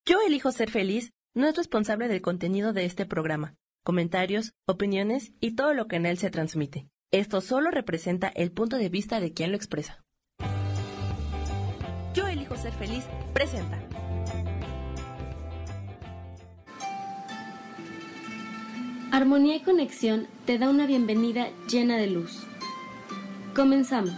Yo elijo ser feliz no es responsable del contenido de este programa, comentarios, opiniones y todo lo que en él se transmite. Esto solo representa el punto de vista de quien lo expresa. Yo elijo ser feliz presenta. Armonía y Conexión te da una bienvenida llena de luz. Comenzamos.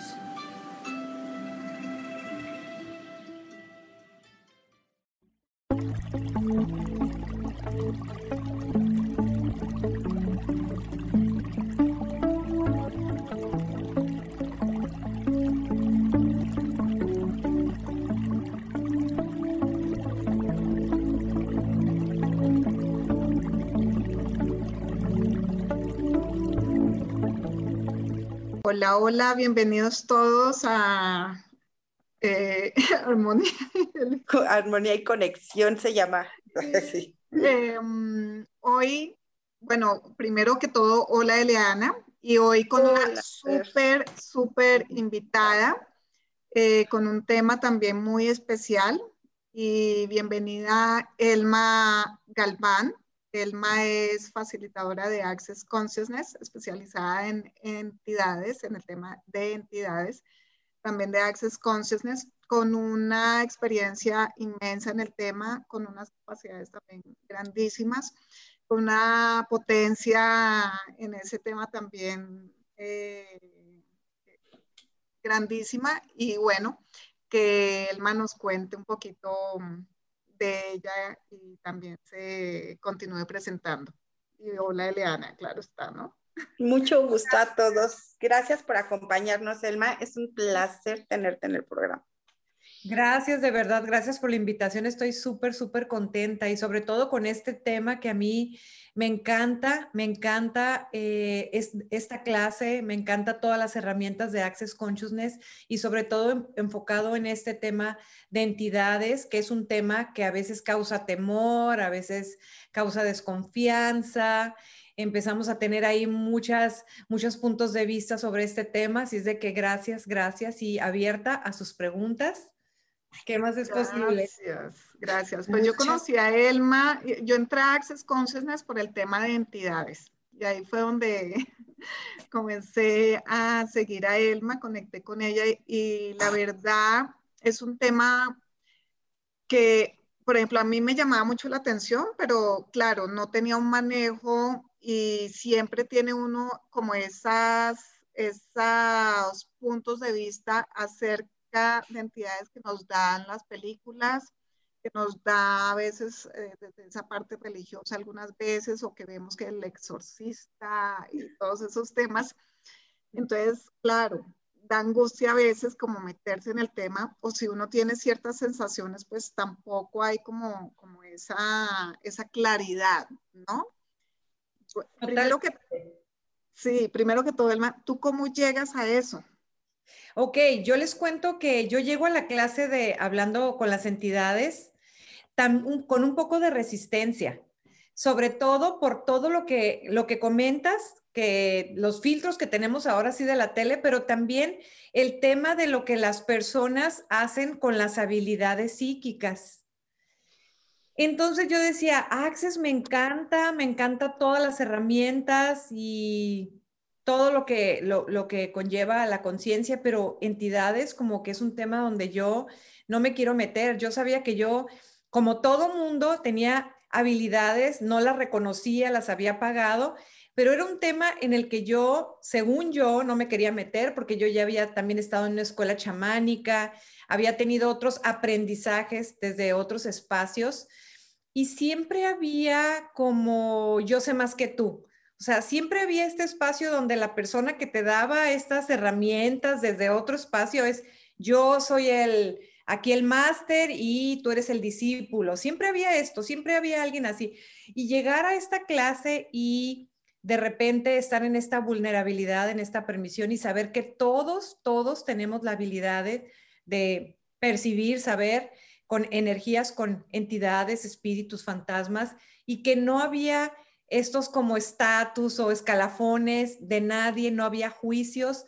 Hola, hola, bienvenidos todos a Armonía. Armonía y Conexión se llama. Sí. Hoy, bueno, primero que todo, hola Eliana, y hoy con una súper invitada, con un tema también muy especial. Y bienvenida Elma Galván. Elma es facilitadora de Access Consciousness, especializada en entidades, en el tema de entidades, también de Access Consciousness, con una experiencia inmensa en el tema, con unas capacidades también grandísimas, con una potencia en ese tema también grandísima. Y bueno, que Elma nos cuente un poquito de ella y también se continúe presentando. Y hola Eliana, claro está, ¿no? Mucho gusto a todos. Gracias por acompañarnos, Elma. Es un placer tenerte en el programa. Gracias, de verdad, gracias por la invitación. Estoy súper contenta y sobre todo con este tema que a mí me encanta esta clase, me encanta todas las herramientas de Access Consciousness y sobre todo enfocado en este tema de entidades, que es un tema que a veces causa temor, a veces causa desconfianza. Empezamos a tener ahí muchos puntos de vista sobre este tema, así es de que gracias y abierta a sus preguntas. ¿Qué más es posible? Gracias. Pues yo conocí a Elma, yo entré a Access Consciousness por el tema de entidades. Y ahí fue donde comencé a seguir a Elma, conecté con ella y la verdad es un tema que, por ejemplo, a mí me llamaba mucho la atención, pero claro, no tenía un manejo y siempre tiene uno como esos puntos de vista acerca de entidades que nos dan las películas, que nos da a veces desde esa parte religiosa algunas veces, o que vemos que el exorcista y todos esos temas. Entonces, claro, da angustia a veces como meterse en el tema, o si uno tiene ciertas sensaciones, pues tampoco hay como esa claridad, ¿no? Primero que, sí, primero que todo, Elma, ¿tú cómo llegas a eso? Ok, yo les cuento que yo llego a la clase de hablando con las entidades con un poco de resistencia, sobre todo por todo lo que comentas, que los filtros que tenemos ahora sí de la tele, pero también el tema de lo que las personas hacen con las habilidades psíquicas. Entonces yo decía, Access me encanta todas las herramientas y todo lo que conlleva la conciencia, pero entidades como que es un tema donde yo no me quiero meter. Yo sabía que yo, como todo mundo, tenía habilidades, no las reconocía, las había apagado, pero era un tema en el que yo, según yo, no me quería meter porque yo ya había también estado en una escuela chamánica, había tenido otros aprendizajes desde otros espacios y siempre había como yo sé más que tú. O sea, siempre había este espacio donde la persona que te daba estas herramientas desde otro espacio es yo soy aquí el máster y tú eres el discípulo. Siempre había esto, siempre había alguien así. Y llegar a esta clase y de repente estar en esta vulnerabilidad, en esta permisión y saber que todos tenemos la habilidad de percibir, saber con energías, con entidades, espíritus, fantasmas, y que no había estos como estatus o escalafones de nadie, no había juicios.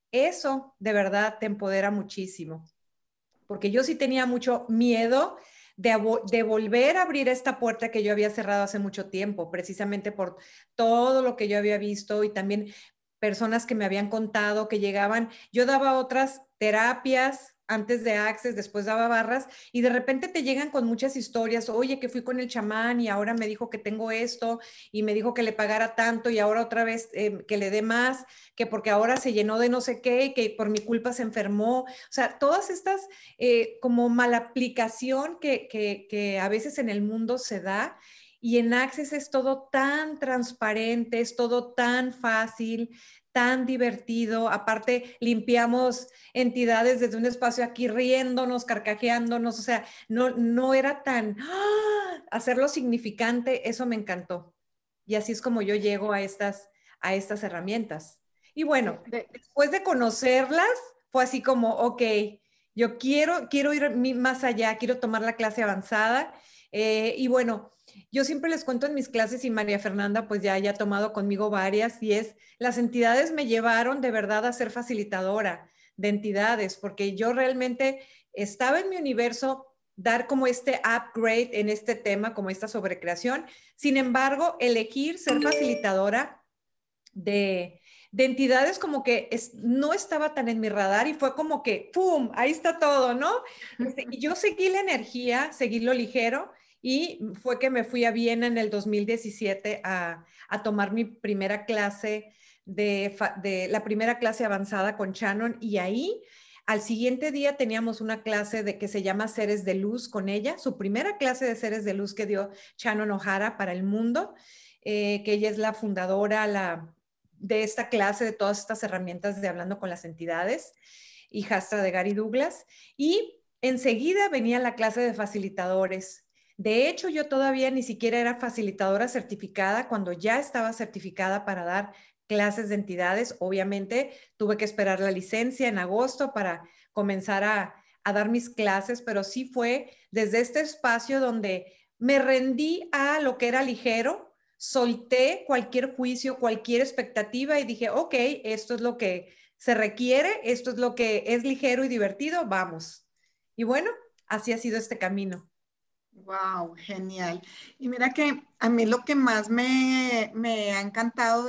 Eso de verdad te empodera muchísimo, porque yo sí tenía mucho miedo de volver a abrir esta puerta que yo había cerrado hace mucho tiempo, precisamente por todo lo que yo había visto y también personas que me habían contado que llegaban. Yo daba otras terapias antes de Access, después daba barras y de repente te llegan con muchas historias. Oye, que fui con el chamán y ahora me dijo que tengo esto y me dijo que le pagara tanto y ahora otra vez que le dé más, que porque ahora se llenó de no sé qué y que por mi culpa se enfermó. O sea, todas estas como mala aplicación que a veces en el mundo se da. Y en Access es todo tan transparente, es todo tan fácil, tan divertido. Aparte, limpiamos entidades desde un espacio aquí riéndonos, carcajeándonos. O sea, no era tan hacerlo significante. Eso me encantó. Y así es como yo llego a estas herramientas. Y bueno, después de conocerlas, fue así como, ok, yo quiero ir más allá, quiero tomar la clase avanzada. Y bueno, yo siempre les cuento en mis clases y María Fernanda pues ya ha tomado conmigo varias y las entidades me llevaron de verdad a ser facilitadora de entidades porque yo realmente estaba en mi universo dar como este upgrade en este tema, como esta sobrecreación. Sin embargo, elegir ser facilitadora de entidades como que no estaba tan en mi radar y fue como que, ¡pum!, ahí está todo, ¿no? Y yo seguí la energía, seguí lo ligero y fue que me fui a Viena en el 2017 a tomar mi primera clase de la primera clase avanzada con Shannon y ahí al siguiente día teníamos una clase que se llama Seres de Luz con ella, su primera clase de Seres de Luz que dio Shannon O'Hara para el mundo, que ella es la fundadora, de esta clase, de todas estas herramientas de hablando con las entidades, hijastra de Gary Douglas, y enseguida venía la clase de facilitadores. De hecho, yo todavía ni siquiera era facilitadora certificada cuando ya estaba certificada para dar clases de entidades. Obviamente, tuve que esperar la licencia en agosto para comenzar a dar mis clases, pero sí fue desde este espacio donde me rendí a lo que era ligero, solté cualquier juicio, cualquier expectativa y dije, ok, esto es lo que se requiere, esto es lo que es ligero y divertido, vamos. Y bueno, así ha sido este camino. Wow, genial. Y mira que a mí lo que más me ha encantado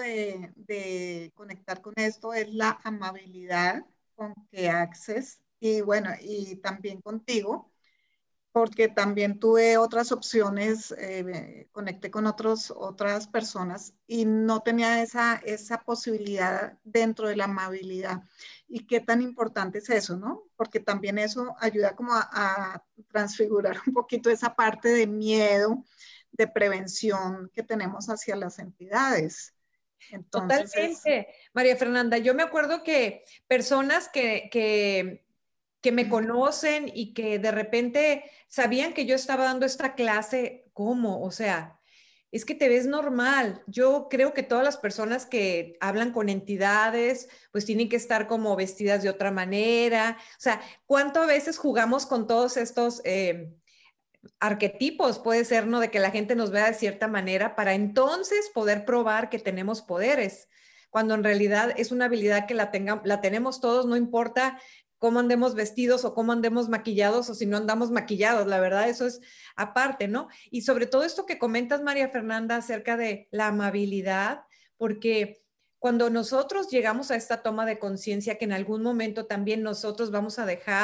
de conectar con esto es la amabilidad con que Access y bueno, y también contigo, porque también tuve otras opciones, conecté con otras personas y no tenía esa posibilidad dentro de la amabilidad. Y qué tan importante es eso, ¿no? Porque también eso ayuda como a transfigurar un poquito esa parte de miedo, de prevención que tenemos hacia las entidades. Entonces, Totalmente, María Fernanda. Yo me acuerdo que personas que me conocen y que de repente sabían que yo estaba dando esta clase, ¿cómo? O sea, es que te ves normal. Yo creo que todas las personas que hablan con entidades, pues tienen que estar como vestidas de otra manera. O sea, ¿cuánto a veces jugamos con todos estos arquetipos? Puede ser, ¿no? De que la gente nos vea de cierta manera para entonces poder probar que tenemos poderes, cuando en realidad es una habilidad que la tenemos todos, no importa cómo andemos vestidos o cómo andemos maquillados o si no andamos maquillados, la verdad eso es aparte, ¿no? Y sobre todo esto que comentas, María Fernanda, acerca de la amabilidad, porque cuando nosotros llegamos a esta toma de conciencia que en algún momento también nosotros vamos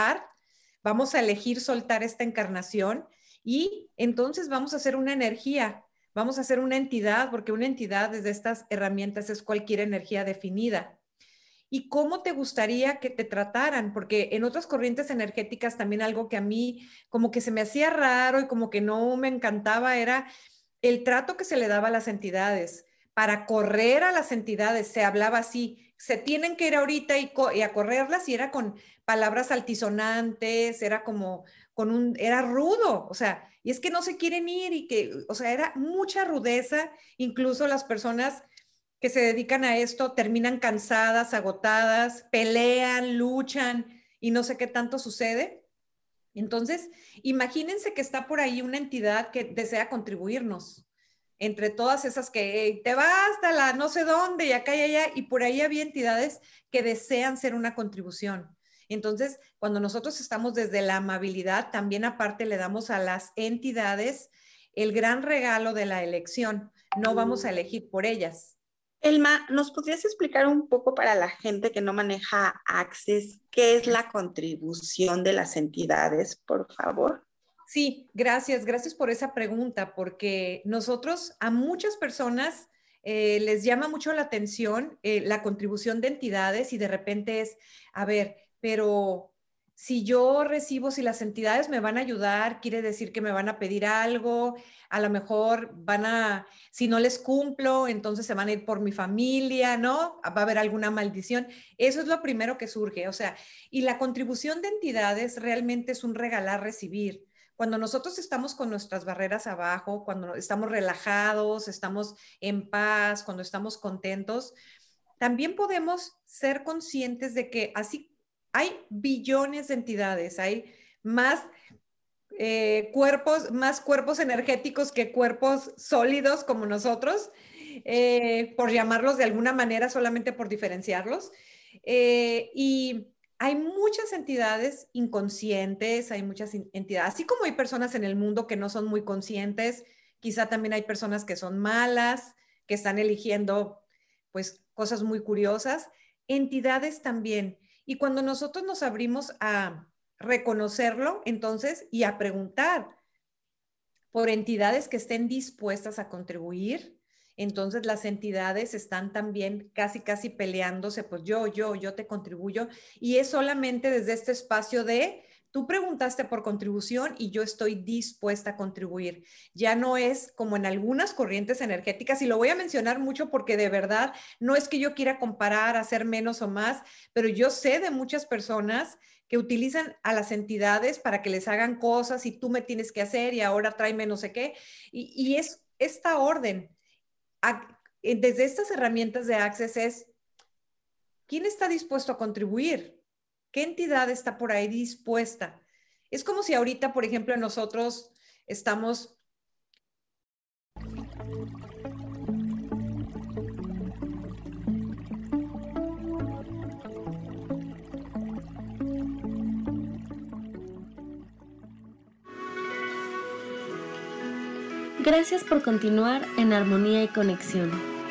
a elegir soltar esta encarnación y entonces vamos a hacer una energía, vamos a hacer una entidad, porque una entidad desde estas herramientas es cualquier energía definida. ¿Y cómo te gustaría que te trataran? Porque en otras corrientes energéticas también algo que a mí como que se me hacía raro y como que no me encantaba era el trato que se le daba a las entidades. Para correr a las entidades se hablaba así, se tienen que ir ahorita y a correrlas y era con palabras altisonantes, era como era rudo, o sea, y es que no se quieren ir y que, o sea, era mucha rudeza, incluso las personas que se dedican a esto terminan cansadas, agotadas, pelean, luchan y no sé qué tanto sucede. Entonces, imagínense que está por ahí una entidad que desea contribuirnos. Entre todas esas que te vas hasta la no sé dónde y acá y allá, y por ahí había entidades que desean ser una contribución. Entonces, cuando nosotros estamos desde la amabilidad, también aparte le damos a las entidades el gran regalo de la elección. No vamos a elegir por ellas. Elma, ¿nos podrías explicar un poco para la gente que no maneja Access qué es la contribución de las entidades, por favor? Sí, gracias por esa pregunta, porque nosotros a muchas personas les llama mucho la atención la contribución de entidades y de repente es, a ver, pero si yo recibo, si las entidades me van a ayudar, quiere decir que me van a pedir algo, a lo mejor si no les cumplo, entonces se van a ir por mi familia, ¿no? Va a haber alguna maldición. Eso es lo primero que surge, o sea, y la contribución de entidades realmente es un regalar, recibir. Cuando nosotros estamos con nuestras barreras abajo, cuando estamos relajados, estamos en paz, cuando estamos contentos, también podemos ser conscientes de que así hay billones de entidades, hay más más cuerpos energéticos que cuerpos sólidos como nosotros, por llamarlos de alguna manera, solamente por diferenciarlos. Y hay muchas entidades inconscientes, hay muchas entidades, así como hay personas en el mundo que no son muy conscientes, quizá también hay personas que son malas, que están eligiendo pues cosas muy curiosas, entidades también. Y cuando nosotros nos abrimos a reconocerlo, entonces, y a preguntar por entidades que estén dispuestas a contribuir, entonces las entidades están también casi peleándose, pues yo te contribuyo, y es solamente desde este espacio de, tú preguntaste por contribución y yo estoy dispuesta a contribuir. Ya no es como en algunas corrientes energéticas, y lo voy a mencionar mucho porque de verdad no es que yo quiera comparar, hacer menos o más, pero yo sé de muchas personas que utilizan a las entidades para que les hagan cosas y tú me tienes que hacer y ahora tráeme no sé qué. Y es esta orden. Desde estas herramientas de Access es, ¿quién está dispuesto a contribuir? ¿Qué entidad está por ahí dispuesta? Es como si ahorita, por ejemplo, nosotros estamos... Gracias por continuar en Armonía y Conexión.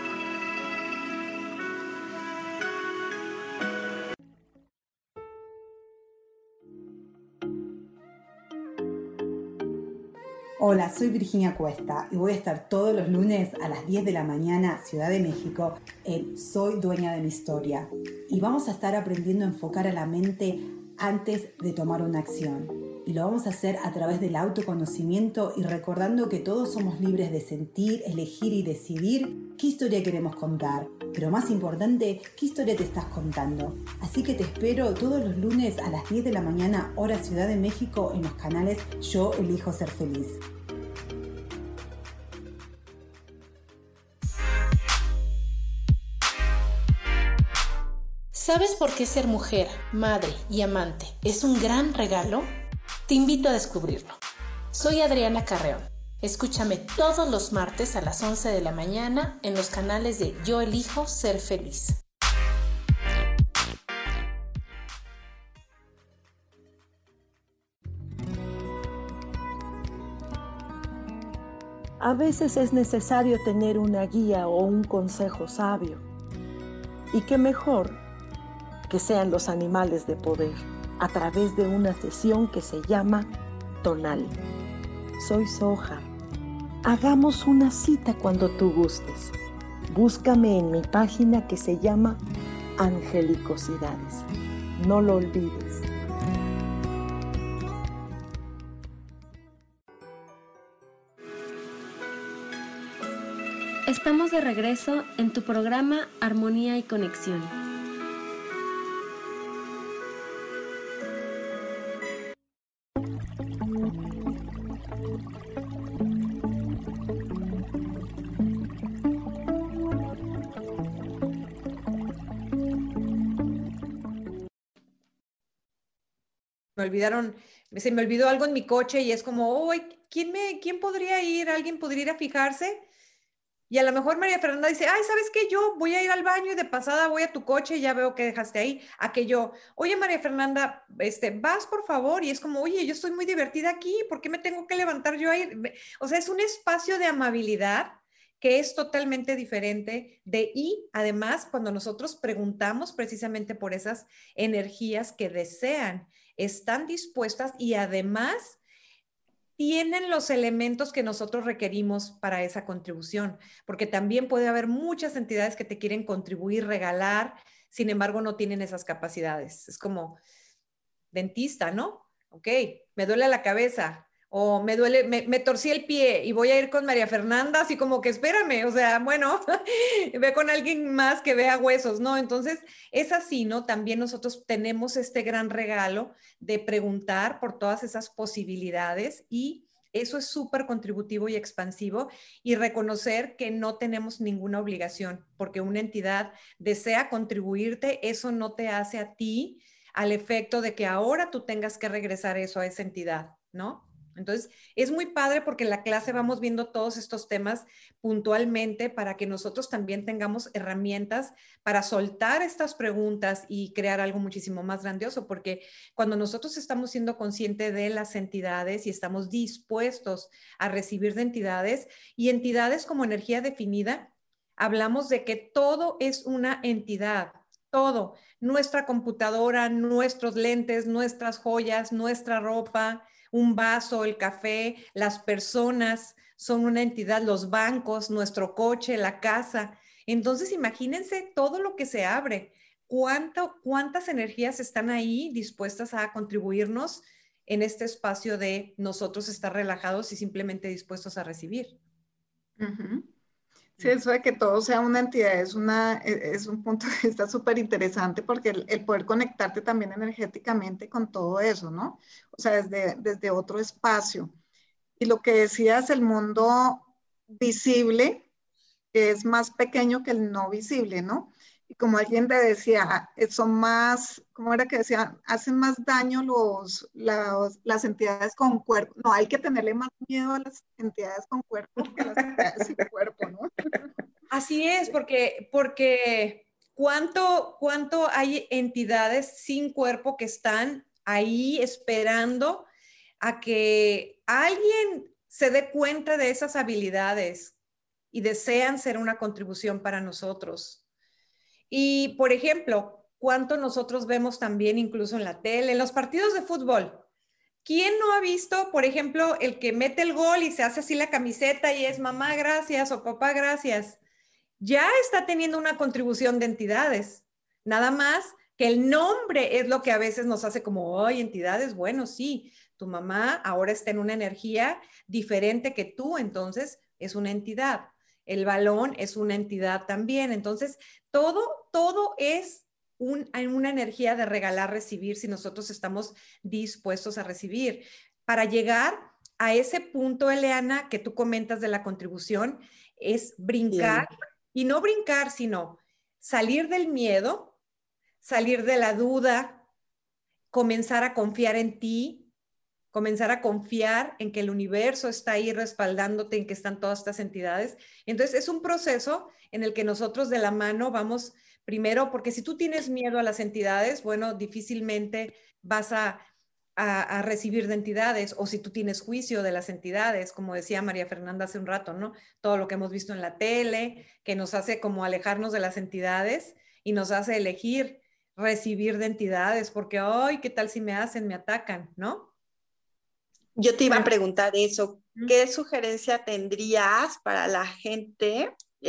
Hola, soy Virginia Cuesta y voy a estar todos los lunes a las 10 de la mañana, Ciudad de México, en Soy Dueña de mi Historia. Y vamos a estar aprendiendo a enfocar a la mente antes de tomar una acción. Y lo vamos a hacer a través del autoconocimiento y recordando que todos somos libres de sentir, elegir y decidir qué historia queremos contar. Pero más importante, qué historia te estás contando. Así que te espero todos los lunes a las 10 de la mañana, hora Ciudad de México, en los canales Yo Elijo Ser Feliz. ¿Sabes por qué ser mujer, madre y amante es un gran regalo? Te invito a descubrirlo. Soy Adriana Carreón. Escúchame todos los martes a las 11 de la mañana en los canales de Yo Elijo Ser Feliz. A veces es necesario tener una guía o un consejo sabio. Y qué mejor que sean los animales de poder, a través de una sesión que se llama Tonal. Soy Soja. Hagamos una cita cuando tú gustes. Búscame en mi página que se llama Angelicosidades. No lo olvides. Estamos de regreso en tu programa Armonía y Conexión. Se me olvidó algo en mi coche y es como, oh, ¿quién podría ir? ¿Alguien podría ir a fijarse? Y a lo mejor María Fernanda dice, ay, ¿sabes qué? Yo voy a ir al baño y de pasada voy a tu coche y ya veo que dejaste ahí. A que yo, oye, María Fernanda, vas por favor. Y es como, oye, yo estoy muy divertida aquí, ¿por qué me tengo que levantar yo a ir? O sea, es un espacio de amabilidad que es totalmente diferente y además cuando nosotros preguntamos precisamente por esas energías que desean, están dispuestas y además tienen los elementos que nosotros requerimos para esa contribución, porque también puede haber muchas entidades que te quieren contribuir, regalar, sin embargo no tienen esas capacidades. Es como dentista, ¿no? Ok, me duele la cabeza o me duele, me torcí el pie y voy a ir con María Fernanda, así como que espérame, o sea, bueno, ve con alguien más que vea huesos, ¿no? Entonces, es así, ¿no? También nosotros tenemos este gran regalo de preguntar por todas esas posibilidades y eso es súper contributivo y expansivo y reconocer que no tenemos ninguna obligación, porque una entidad desea contribuirte, eso no te hace a ti al efecto de que ahora tú tengas que regresar eso a esa entidad, ¿no? Entonces, es muy padre porque en la clase vamos viendo todos estos temas puntualmente para que nosotros también tengamos herramientas para soltar estas preguntas y crear algo muchísimo más grandioso, porque cuando nosotros estamos siendo conscientes de las entidades y estamos dispuestos a recibir de entidades y entidades como energía definida, hablamos de que todo es una entidad, todo, nuestra computadora, nuestros lentes, nuestras joyas, nuestra ropa, un vaso, el café, las personas son una entidad, los bancos, nuestro coche, la casa. Entonces, imagínense todo lo que se abre. ¿Cuántas energías están ahí dispuestas a contribuirnos en este espacio de nosotros estar relajados y simplemente dispuestos a recibir? Sí, eso de que todo sea una entidad es un punto de vista súper interesante porque el poder conectarte también energéticamente con todo eso, ¿no? O sea, desde otro espacio. Y lo que decías, el mundo visible es más pequeño que el no visible, ¿no? Y como alguien te decía, son más, ¿cómo era que decía? Hacen más daño las entidades con cuerpo. No, hay que tenerle más miedo a las entidades con cuerpo que a las entidades sin cuerpo, ¿no? Así es, porque ¿cuánto hay entidades sin cuerpo que están ahí esperando a que alguien se dé cuenta de esas habilidades y desean ser una contribución para nosotros? Y, por ejemplo, ¿cuánto nosotros vemos también incluso en la tele, en los partidos de fútbol? ¿Quién no ha visto, por ejemplo, el que mete el gol y se hace así la camiseta y es mamá, gracias o papá, gracias? Ya está teniendo una contribución de entidades. Nada más que el nombre es lo que a veces nos hace como, ¡ay, entidades! Bueno, sí, tu mamá ahora está en una energía diferente que tú, entonces es una entidad. El balón es una entidad también. Entonces, todo es una energía de regalar, recibir, si nosotros estamos dispuestos a recibir. Para llegar a ese punto, Eleana, que tú comentas de la contribución, es brincar. Bien. Y no brincar, sino salir del miedo, salir de la duda, comenzar a confiar en ti, comenzar a confiar en que el universo está ahí respaldándote, en que están todas estas entidades. Entonces, es un proceso en el que nosotros de la mano vamos primero, porque si tú tienes miedo a las entidades, bueno, difícilmente vas a recibir de entidades, o si tú tienes juicio de las entidades, como decía María Fernanda hace un rato, ¿no? Todo lo que hemos visto en la tele, que nos hace como alejarnos de las entidades y nos hace elegir recibir de entidades, porque, ¡ay, qué tal si me hacen, me atacan!, ¿no? Yo te iba a preguntar eso, ¿qué sugerencia tendrías para la gente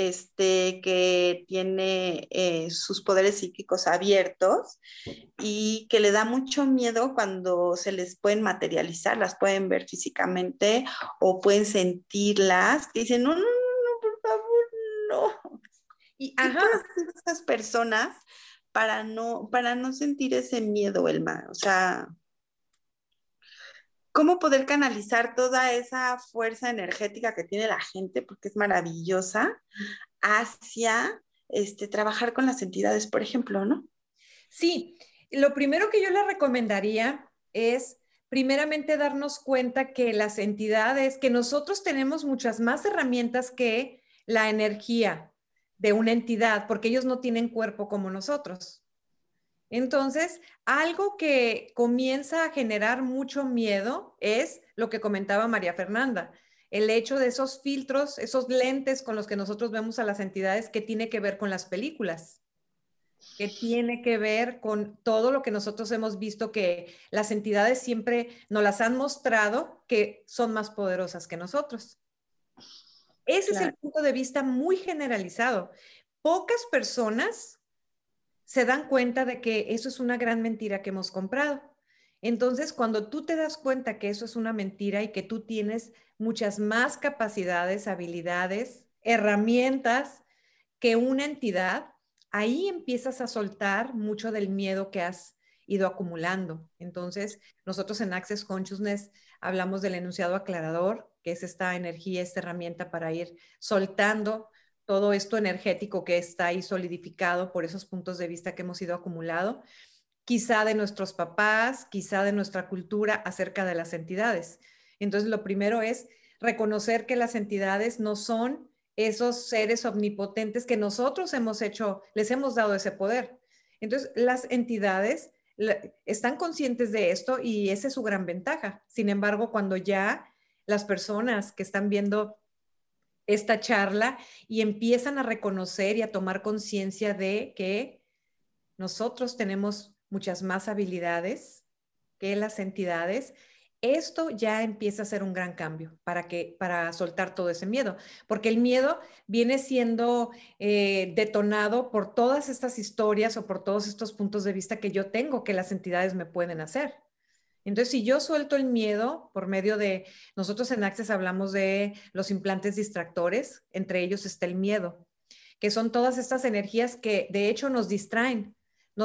que tiene sus poderes psíquicos abiertos y que le da mucho miedo cuando se les pueden materializar, las pueden ver físicamente o pueden sentirlas, que dicen, no, por favor, no? ¿Y qué pueden hacer esas personas para no sentir ese miedo, Elma? O sea, ¿cómo poder canalizar toda esa fuerza energética que tiene la gente, porque es maravillosa, hacia trabajar con las entidades, por ejemplo, ¿no? Sí, lo primero que yo le recomendaría es primeramente darnos cuenta que las entidades, que nosotros tenemos muchas más herramientas que la energía de una entidad, porque ellos no tienen cuerpo como nosotros. Entonces, algo que comienza a generar mucho miedo es lo que comentaba María Fernanda, el hecho de esos filtros, esos lentes con los que nosotros vemos a las entidades, que tiene que ver con las películas, que tiene que ver con todo lo que nosotros hemos visto, que las entidades siempre nos las han mostrado que son más poderosas que nosotros. Ese es el punto de vista muy generalizado. Pocas personas se dan cuenta de que eso es una gran mentira que hemos comprado. Entonces, cuando tú te das cuenta que eso es una mentira y que tú tienes muchas más capacidades, habilidades, herramientas que una entidad, ahí empiezas a soltar mucho del miedo que has ido acumulando. Entonces, nosotros en Access Consciousness hablamos del enunciado aclarador, que es esta energía, esta herramienta para ir soltando todo esto energético que está ahí solidificado por esos puntos de vista que hemos ido acumulando, quizá de nuestros papás, quizá de nuestra cultura acerca de las entidades. Entonces, lo primero es reconocer que las entidades no son esos seres omnipotentes que nosotros hemos hecho, les hemos dado ese poder. Entonces, las entidades están conscientes de esto y esa es su gran ventaja. Sin embargo, cuando ya las personas que están viendo esta charla y empiezan a reconocer y a tomar conciencia de que nosotros tenemos muchas más habilidades que las entidades, esto ya empieza a ser un gran cambio para soltar todo ese miedo, porque el miedo viene siendo detonado por todas estas historias o por todos estos puntos de vista que yo tengo que las entidades me pueden hacer. Entonces, si yo suelto el miedo por medio de, nosotros en Access hablamos de los implantes distractores, entre ellos está el miedo, que son todas estas energías que de hecho nos distraen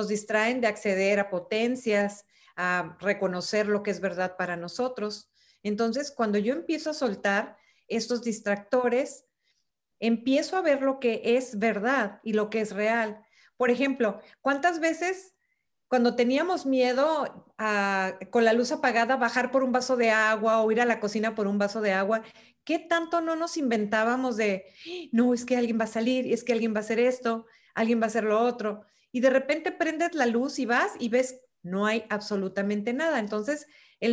de acceder a potencias, a reconocer lo que es verdad para nosotros. Entonces, cuando yo empiezo a soltar estos distractores, empiezo a ver lo que es verdad y lo que es real. Por ejemplo, ¿cuántas veces cuando teníamos miedo con la luz apagada, bajar por un vaso de agua o ir a la cocina por un vaso de agua, qué tanto no nos inventábamos de, no, es que alguien va a salir, es que alguien va a hacer esto, alguien va a hacer lo otro? Y de repente prendes la luz y vas y ves, no hay absolutamente nada. Entonces, el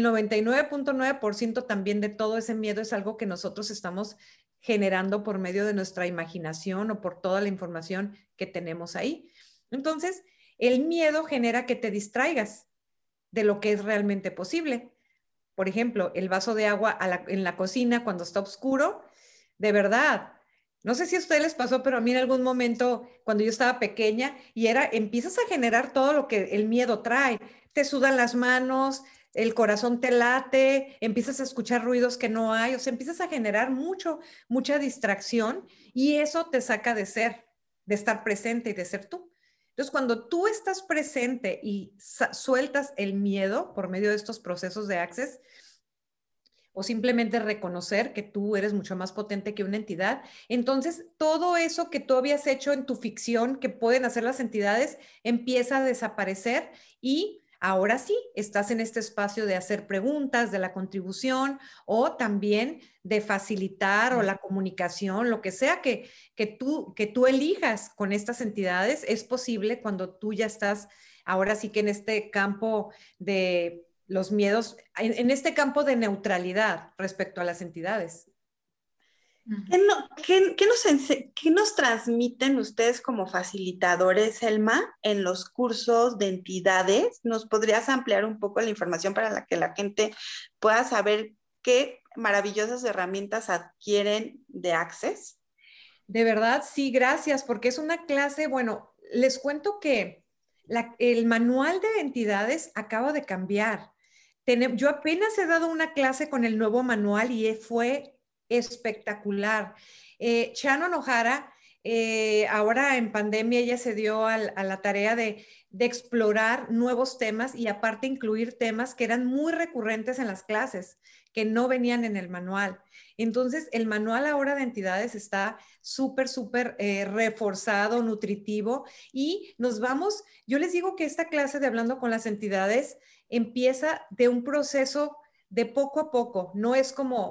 99.9% también de todo ese miedo es algo que nosotros estamos generando por medio de nuestra imaginación o por toda la información que tenemos ahí. Entonces, el miedo genera que te distraigas de lo que es realmente posible. Por ejemplo, el vaso de agua en la cocina cuando está oscuro, de verdad, no sé si a ustedes les pasó, pero a mí en algún momento, cuando yo estaba pequeña, empiezas a generar todo lo que el miedo trae. Te sudan las manos, el corazón te late, empiezas a escuchar ruidos que no hay, o sea, empiezas a generar mucha distracción y eso te saca de estar presente y de ser tú. Entonces, cuando tú estás presente y sueltas el miedo por medio de estos procesos de Access, o simplemente reconocer que tú eres mucho más potente que una entidad, entonces todo eso que tú habías hecho en tu ficción, que pueden hacer las entidades, empieza a desaparecer y ahora sí, estás en este espacio de hacer preguntas, de la contribución o también de facilitar o la comunicación, lo que sea que tú elijas con estas entidades, es posible cuando tú ya estás ahora sí que en este campo de los miedos, en este campo de neutralidad respecto a las entidades. ¿Qué nos transmiten ustedes como facilitadores, Elma, en los cursos de entidades? ¿Nos podrías ampliar un poco la información para que la gente pueda saber qué maravillosas herramientas adquieren de Access? De verdad, sí, gracias, porque es una clase, bueno, les cuento que el manual de entidades acaba de cambiar. Yo apenas he dado una clase con el nuevo manual y fue espectacular. Shannon O'Hara, ahora en pandemia, ella se dio a la tarea de explorar nuevos temas y aparte incluir temas que eran muy recurrentes en las clases, que no venían en el manual. Entonces, el manual ahora de entidades está súper reforzado, nutritivo y yo les digo que esta clase de Hablando con las Entidades empieza de un proceso de poco a poco, no es como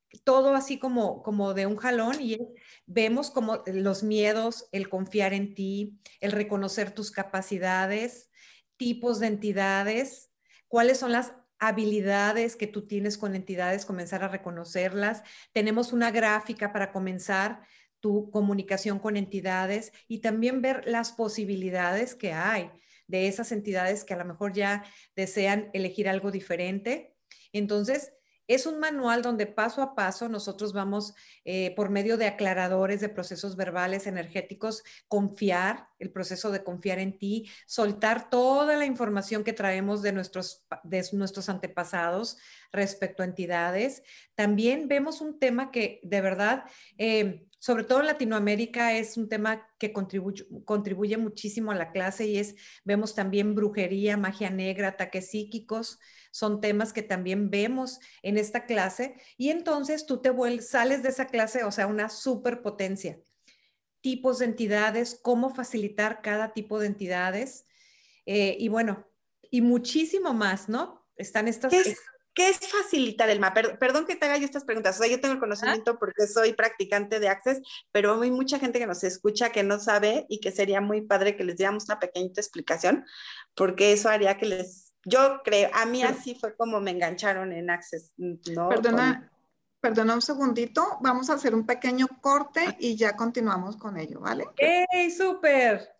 todo así como de un jalón y vemos como los miedos, el confiar en ti, el reconocer tus capacidades, tipos de entidades, cuáles son las habilidades que tú tienes con entidades, comenzar a reconocerlas. Tenemos una gráfica para comenzar tu comunicación con entidades y también ver las posibilidades que hay de esas entidades que a lo mejor ya desean elegir algo diferente. Entonces, es un manual donde paso a paso nosotros vamos, por medio de aclaradores, de procesos verbales, energéticos, confiar, el proceso de confiar en ti, soltar toda la información que traemos de nuestros antepasados respecto a entidades. También vemos un tema que de verdad, sobre todo en Latinoamérica, es un tema que contribuye muchísimo a la clase y vemos también brujería, magia negra, ataques psíquicos. Son temas que también vemos en esta clase y entonces tú sales de esa clase, o sea, una superpotencia. Tipos de entidades, cómo facilitar cada tipo de entidades y bueno, y muchísimo más, ¿no? Están estas... ¿Qué es facilitar, Elma? Perdón que te haga yo estas preguntas. O sea, yo tengo el conocimiento porque soy practicante de Access, pero hay mucha gente que nos escucha que no sabe y que sería muy padre que les diéramos una pequeñita explicación, porque eso haría que yo creo, a mí así fue como me engancharon en Access, ¿no? Perdona un segundito, vamos a hacer un pequeño corte y ya continuamos con ello, ¿vale? ¡Ey, súper!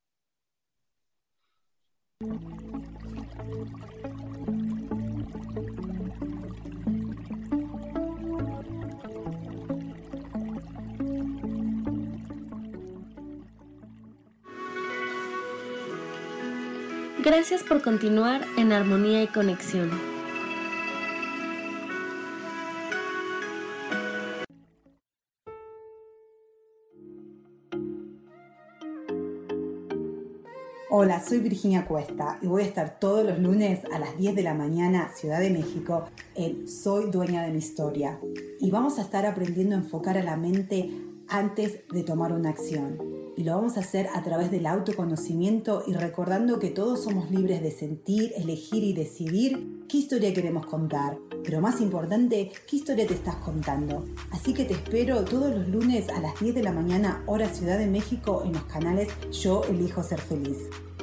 Gracias por continuar en Armonía y Conexión. Hola, soy Virginia Cuesta y voy a estar todos los lunes a las 10 de la mañana, Ciudad de México, en Soy Dueña de mi Historia. Y vamos a estar aprendiendo a enfocar a la mente antes de tomar una acción. Y lo vamos a hacer a través del autoconocimiento y recordando que todos somos libres de sentir, elegir y decidir qué historia queremos contar. Pero más importante, qué historia te estás contando. Así que te espero todos los lunes a las 10 de la mañana, hora Ciudad de México, en los canales Yo Elijo Ser Feliz.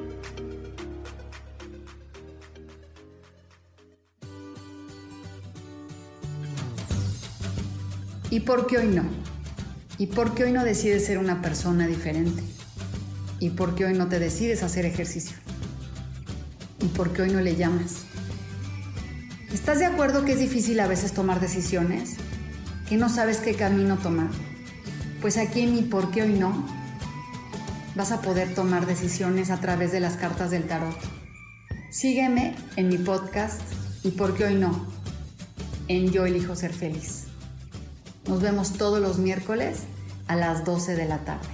¿Y por qué hoy no? ¿Y por qué hoy no decides ser una persona diferente? ¿Y por qué hoy no te decides hacer ejercicio? ¿Y por qué hoy no le llamas? ¿Estás de acuerdo que es difícil a veces tomar decisiones? ¿Que no sabes qué camino tomar? Pues aquí en mi ¿por qué hoy no? Vas a poder tomar decisiones a través de las cartas del tarot. Sígueme en mi podcast ¿Y por qué hoy no? En Yo Elijo Ser Feliz. Nos vemos todos los miércoles a las 12 de la tarde.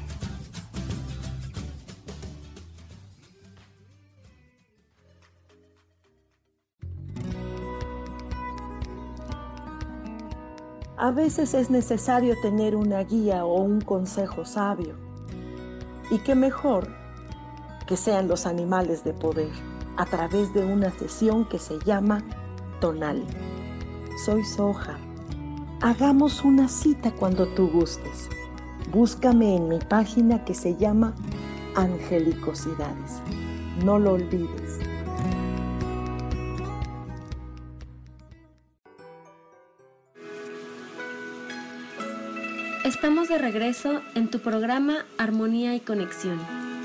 A veces es necesario tener una guía o un consejo sabio. Y qué mejor que sean los animales de poder a través de una sesión que se llama Tonal. Soy Soja. Hagamos una cita cuando tú gustes. Búscame en mi página que se llama Angelicosidades. No lo olvides. Estamos de regreso en tu programa Armonía y Conexión.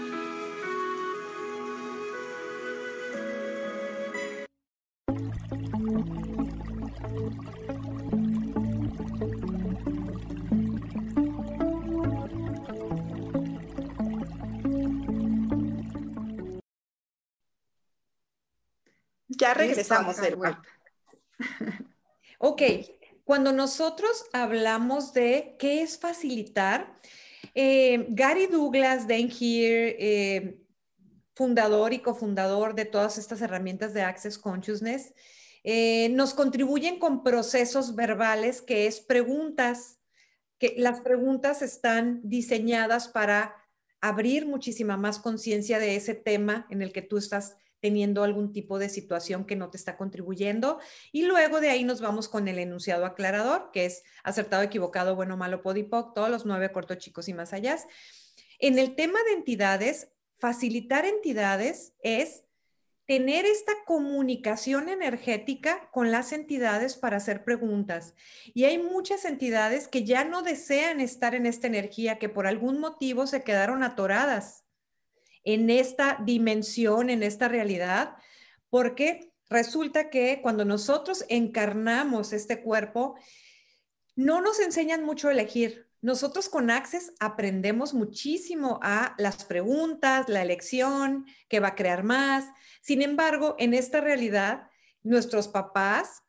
Ya regresamos, Elma. Ok, cuando nosotros hablamos de qué es facilitar, Gary Douglas Denhier, fundador y cofundador de todas estas herramientas de Access Consciousness, nos contribuyen con procesos verbales que es preguntas, que las preguntas están diseñadas para abrir muchísima más conciencia de ese tema en el que tú estás teniendo algún tipo de situación que no te está contribuyendo. Y luego de ahí nos vamos con el enunciado aclarador, que es acertado, equivocado, bueno, malo, podipoc, todos los 9 cortos, chicos y más allá. En el tema de entidades, facilitar entidades es tener esta comunicación energética con las entidades para hacer preguntas. Y hay muchas entidades que ya no desean estar en esta energía, que por algún motivo se quedaron atoradas en esta dimensión, en esta realidad, porque resulta que cuando nosotros encarnamos este cuerpo, no nos enseñan mucho a elegir. Nosotros con Access aprendemos muchísimo a las preguntas, la elección, que va a crear más. Sin embargo, en esta realidad, nuestros papás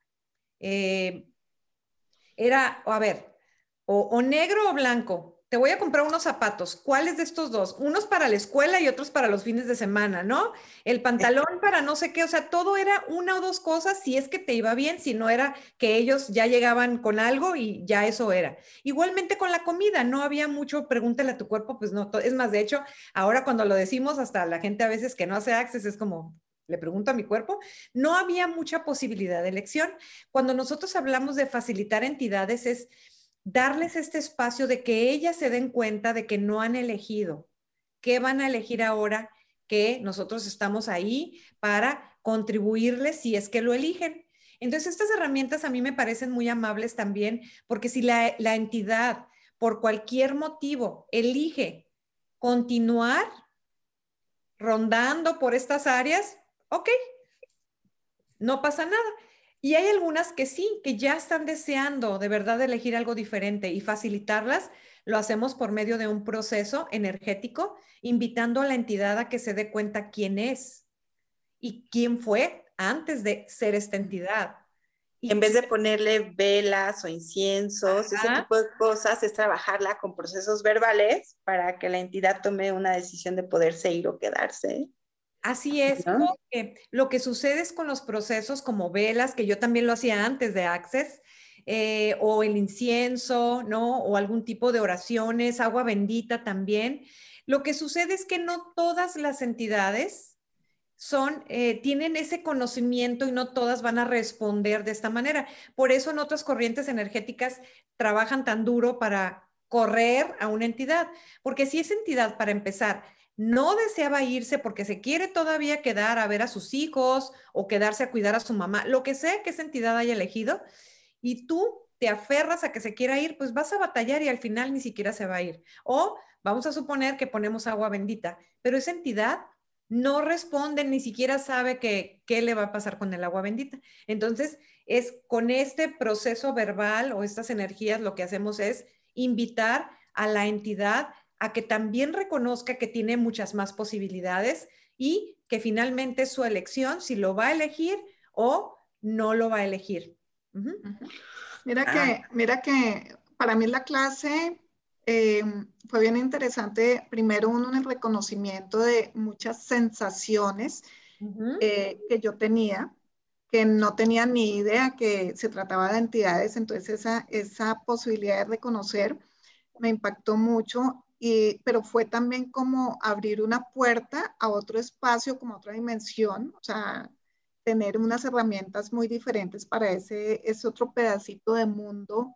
a ver, o negro o blanco. Te voy a comprar unos zapatos. ¿Cuáles de estos dos? Unos para la escuela y otros para los fines de semana, ¿no? El pantalón para no sé qué, o sea, todo era una o dos cosas, si es que te iba bien, si no era que ellos ya llegaban con algo y ya eso era. Igualmente con la comida, no había mucho, pregúntale a tu cuerpo, pues no, es más, de hecho, ahora cuando lo decimos, hasta la gente a veces que no hace Access es como, le pregunto a mi cuerpo, no había mucha posibilidad de elección. Cuando nosotros hablamos de facilitar entidades es darles este espacio de que ellas se den cuenta de que no han elegido. ¿Qué van a elegir ahora que nosotros estamos ahí para contribuirles si es que lo eligen? Entonces, estas herramientas a mí me parecen muy amables también, porque si la entidad, por cualquier motivo, elige continuar rondando por estas áreas, ok, no pasa nada. Y hay algunas que sí, que ya están deseando de verdad elegir algo diferente y facilitarlas. Lo hacemos por medio de un proceso energético, invitando a la entidad a que se dé cuenta quién es y quién fue antes de ser esta entidad. En vez de ponerle velas o inciensos, ese tipo de cosas, es trabajarla con procesos verbales para que la entidad tome una decisión de poderse ir o quedarse. Así es, ¿no? Porque lo que sucede es con los procesos como velas, que yo también lo hacía antes de Access, o el incienso, ¿no? O algún tipo de oraciones, agua bendita también. Lo que sucede es que no todas las entidades tienen ese conocimiento y no todas van a responder de esta manera. Por eso en otras corrientes energéticas trabajan tan duro para correr a una entidad, porque si esa entidad, para empezar, no deseaba irse porque se quiere todavía quedar a ver a sus hijos o quedarse a cuidar a su mamá, lo que sea que esa entidad haya elegido, y tú te aferras a que se quiera ir, pues vas a batallar y al final ni siquiera se va a ir. O vamos a suponer que ponemos agua bendita, pero esa entidad no responde, ni siquiera sabe qué le va a pasar con el agua bendita. Entonces, es con este proceso verbal o estas energías lo que hacemos es invitar a la entidad a que también reconozca que tiene muchas más posibilidades y que finalmente es su elección si lo va a elegir o no lo va a elegir. Mira que para mí la clase fue bien interesante. Primero uno en el reconocimiento de muchas sensaciones que yo tenía, que no tenía ni idea que se trataba de entidades. Entonces esa posibilidad de reconocer me impactó mucho. Pero fue también como abrir una puerta a otro espacio, como otra dimensión, o sea, tener unas herramientas muy diferentes para ese otro pedacito de mundo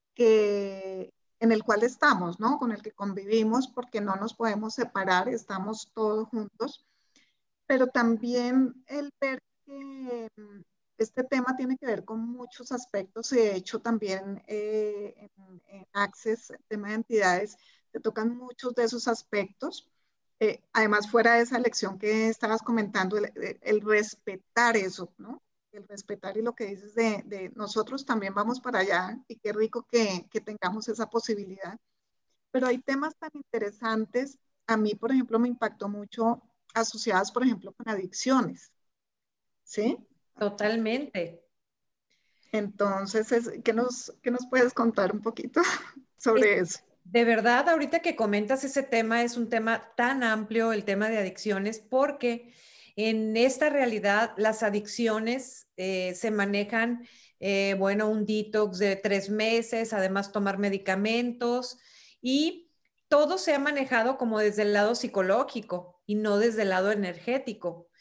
en el cual estamos, ¿no? Con el que convivimos, porque no nos podemos separar, estamos todos juntos, pero también el ver que este tema tiene que ver con muchos aspectos y de hecho también en Access, el tema de entidades, te tocan muchos de esos aspectos. Además, fuera de esa lección que estabas comentando, el respetar eso, ¿no? El respetar y lo que dices de nosotros también vamos para allá y qué rico que tengamos esa posibilidad. Pero hay temas tan interesantes. A mí, por ejemplo, me impactó mucho asociadas, por ejemplo, con adicciones. ¿Sí? Totalmente. Entonces, ¿qué nos puedes contar un poquito sobre eso? De verdad, ahorita que comentas ese tema, es un tema tan amplio, el tema de adicciones, porque en esta realidad las adicciones se manejan, bueno, un detox de 3 meses, además tomar medicamentos, y todo se ha manejado como desde el lado psicológico y no desde el lado energético.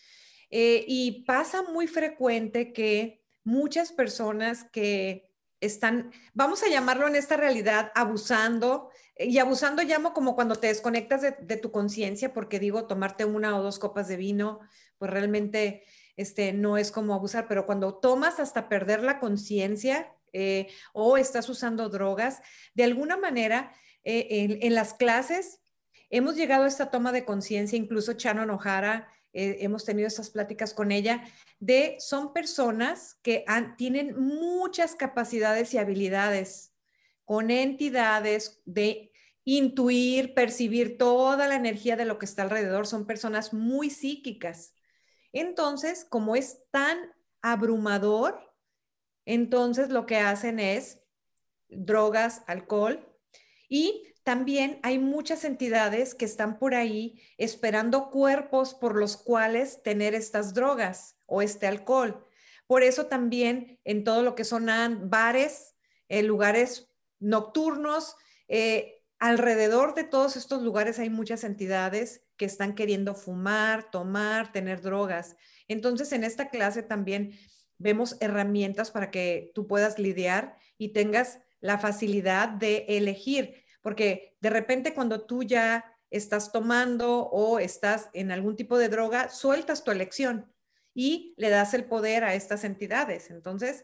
Y pasa muy frecuente que muchas personas que están, vamos a llamarlo en esta realidad, abusando, y abusando llamo como cuando te desconectas de tu conciencia, porque digo, tomarte 1 o 2 copas de vino, pues realmente no es como abusar, pero cuando tomas hasta perder la conciencia o estás usando drogas, de alguna manera en las clases hemos llegado a esta toma de conciencia, incluso Shannon O'Hara, hemos tenido estas pláticas con ella, son personas que tienen muchas capacidades y habilidades con entidades de intuir, percibir toda la energía de lo que está alrededor. Son personas muy psíquicas. Entonces, como es tan abrumador, entonces lo que hacen es drogas, alcohol, y también hay muchas entidades que están por ahí esperando cuerpos por los cuales tener estas drogas o este alcohol. Por eso también en todo lo que son bares, lugares nocturnos, alrededor de todos estos lugares hay muchas entidades que están queriendo fumar, tomar, tener drogas. Entonces en esta clase también vemos herramientas para que tú puedas lidiar y tengas la facilidad de elegir, porque de repente cuando tú ya estás tomando o estás en algún tipo de droga, sueltas tu elección y le das el poder a estas entidades. Entonces,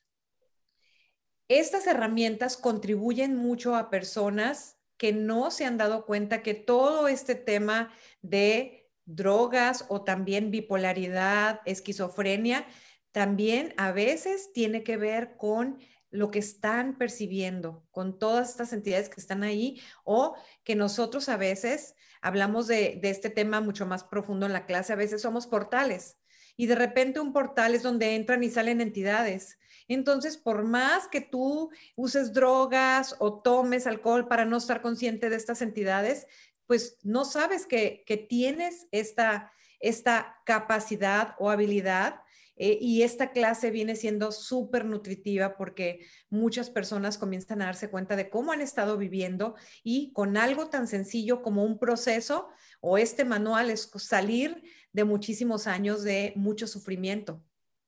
estas herramientas contribuyen mucho a personas que no se han dado cuenta que todo este tema de drogas o también bipolaridad, esquizofrenia, también a veces tiene que ver con lo que están percibiendo, con todas estas entidades que están ahí, o que nosotros a veces hablamos de este tema mucho más profundo en la clase, a veces somos portales y de repente un portal es donde entran y salen entidades. Entonces, por más que tú uses drogas o tomes alcohol para no estar consciente de estas entidades, pues no sabes que tienes esta capacidad o habilidad. Y esta clase viene siendo súper nutritiva porque muchas personas comienzan a darse cuenta de cómo han estado viviendo y con algo tan sencillo como un proceso o este manual es salir de muchísimos años de mucho sufrimiento.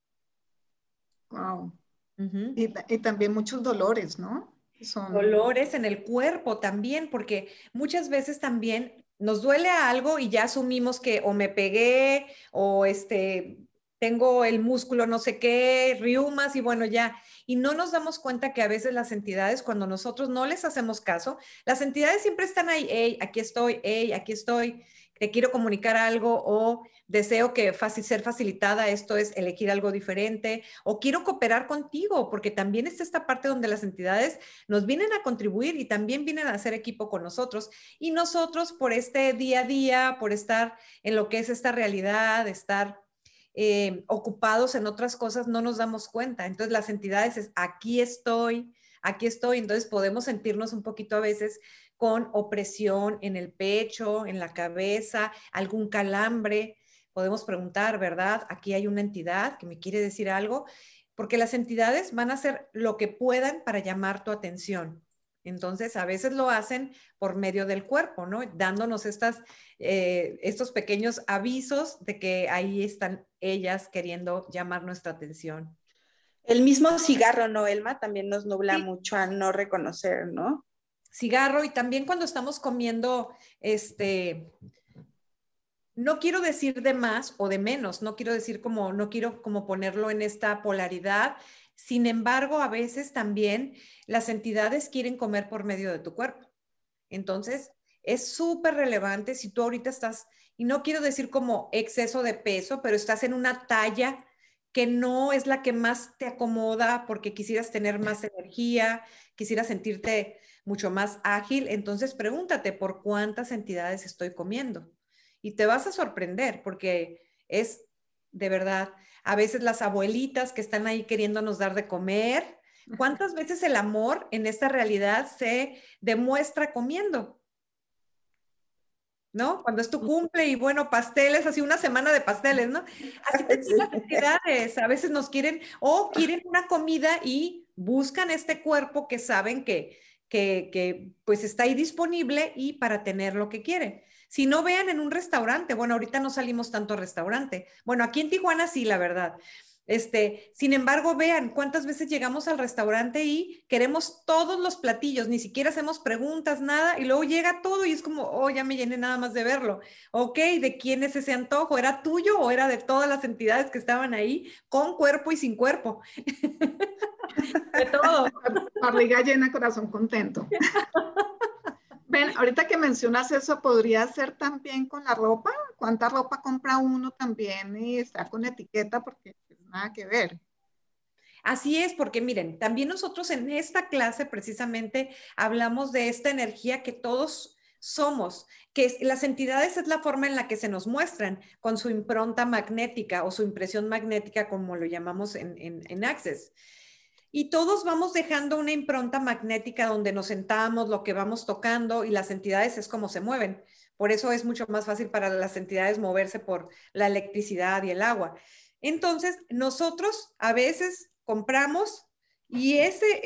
Wow. Y también muchos dolores, ¿no? Dolores en el cuerpo también, porque muchas veces también nos duele algo y ya asumimos que o me pegué o tengo el músculo no sé qué, riumas y bueno ya. Y no nos damos cuenta que a veces las entidades, cuando nosotros no les hacemos caso, las entidades siempre están ahí, hey, aquí estoy, te quiero comunicar algo o deseo que ser facilitada, esto es elegir algo diferente o quiero cooperar contigo, porque también está esta parte donde las entidades nos vienen a contribuir y también vienen a hacer equipo con nosotros. Y nosotros por este día a día, por estar en lo que es esta realidad, estar ocupados en otras cosas, no nos damos cuenta. Entonces las entidades es, aquí estoy. Entonces podemos sentirnos un poquito a veces con opresión en el pecho, en la cabeza, algún calambre. Podemos preguntar, ¿verdad? Aquí hay una entidad que me quiere decir algo, porque las entidades van a hacer lo que puedan para llamar tu atención. Entonces, a veces lo hacen por medio del cuerpo, ¿no? Dándonos estos pequeños avisos de que ahí están ellas queriendo llamar nuestra atención. El mismo cigarro, ¿no, Elma? También nos nubla mucho a no reconocer, ¿no? Cigarro, y también cuando estamos comiendo, no quiero decir de más o de menos, no quiero ponerlo en esta polaridad. Sin embargo, a veces también las entidades quieren comer por medio de tu cuerpo. Entonces, es súper relevante si tú ahorita estás, y no quiero decir como exceso de peso, pero estás en una talla que no es la que más te acomoda porque quisieras tener más energía, quisieras sentirte mucho más ágil. Entonces, pregúntate por cuántas entidades estoy comiendo. Y te vas a sorprender porque es de verdad, a veces las abuelitas que están ahí queriéndonos dar de comer. ¿Cuántas veces el amor en esta realidad se demuestra comiendo? ¿No? Cuando es tu cumple y bueno, pasteles, así una semana de pasteles, ¿no? Así también las entidades a veces nos quieren o quieren una comida y buscan este cuerpo que saben que que pues está ahí disponible y para tener lo que quiere. Si no, vean en un restaurante. Bueno, ahorita no salimos tanto a restaurante. Bueno, aquí en Tijuana sí, la verdad. Sin embargo, vean cuántas veces llegamos al restaurante y queremos todos los platillos, ni siquiera hacemos preguntas, nada, y luego llega todo y es como, oh, ya me llené nada más de verlo. Ok, ¿de quién es ese antojo? ¿Era tuyo o era de todas las entidades que estaban ahí, con cuerpo y sin cuerpo? De todo. Barriga llena, corazón contento. Ven, ahorita que mencionas eso, ¿podría ser también con la ropa? ¿Cuánta ropa compra uno también y está con etiqueta? Porque pues, nada que ver. Así es, porque miren, también nosotros en esta clase precisamente hablamos de esta energía que todos somos, que las entidades es la forma en la que se nos muestran con su impronta magnética o su impresión magnética, como lo llamamos en Access. Y todos vamos dejando una impronta magnética donde nos sentamos, lo que vamos tocando, y las entidades es como se mueven. Por eso es mucho más fácil para las entidades moverse por la electricidad y el agua. Entonces, nosotros a veces compramos y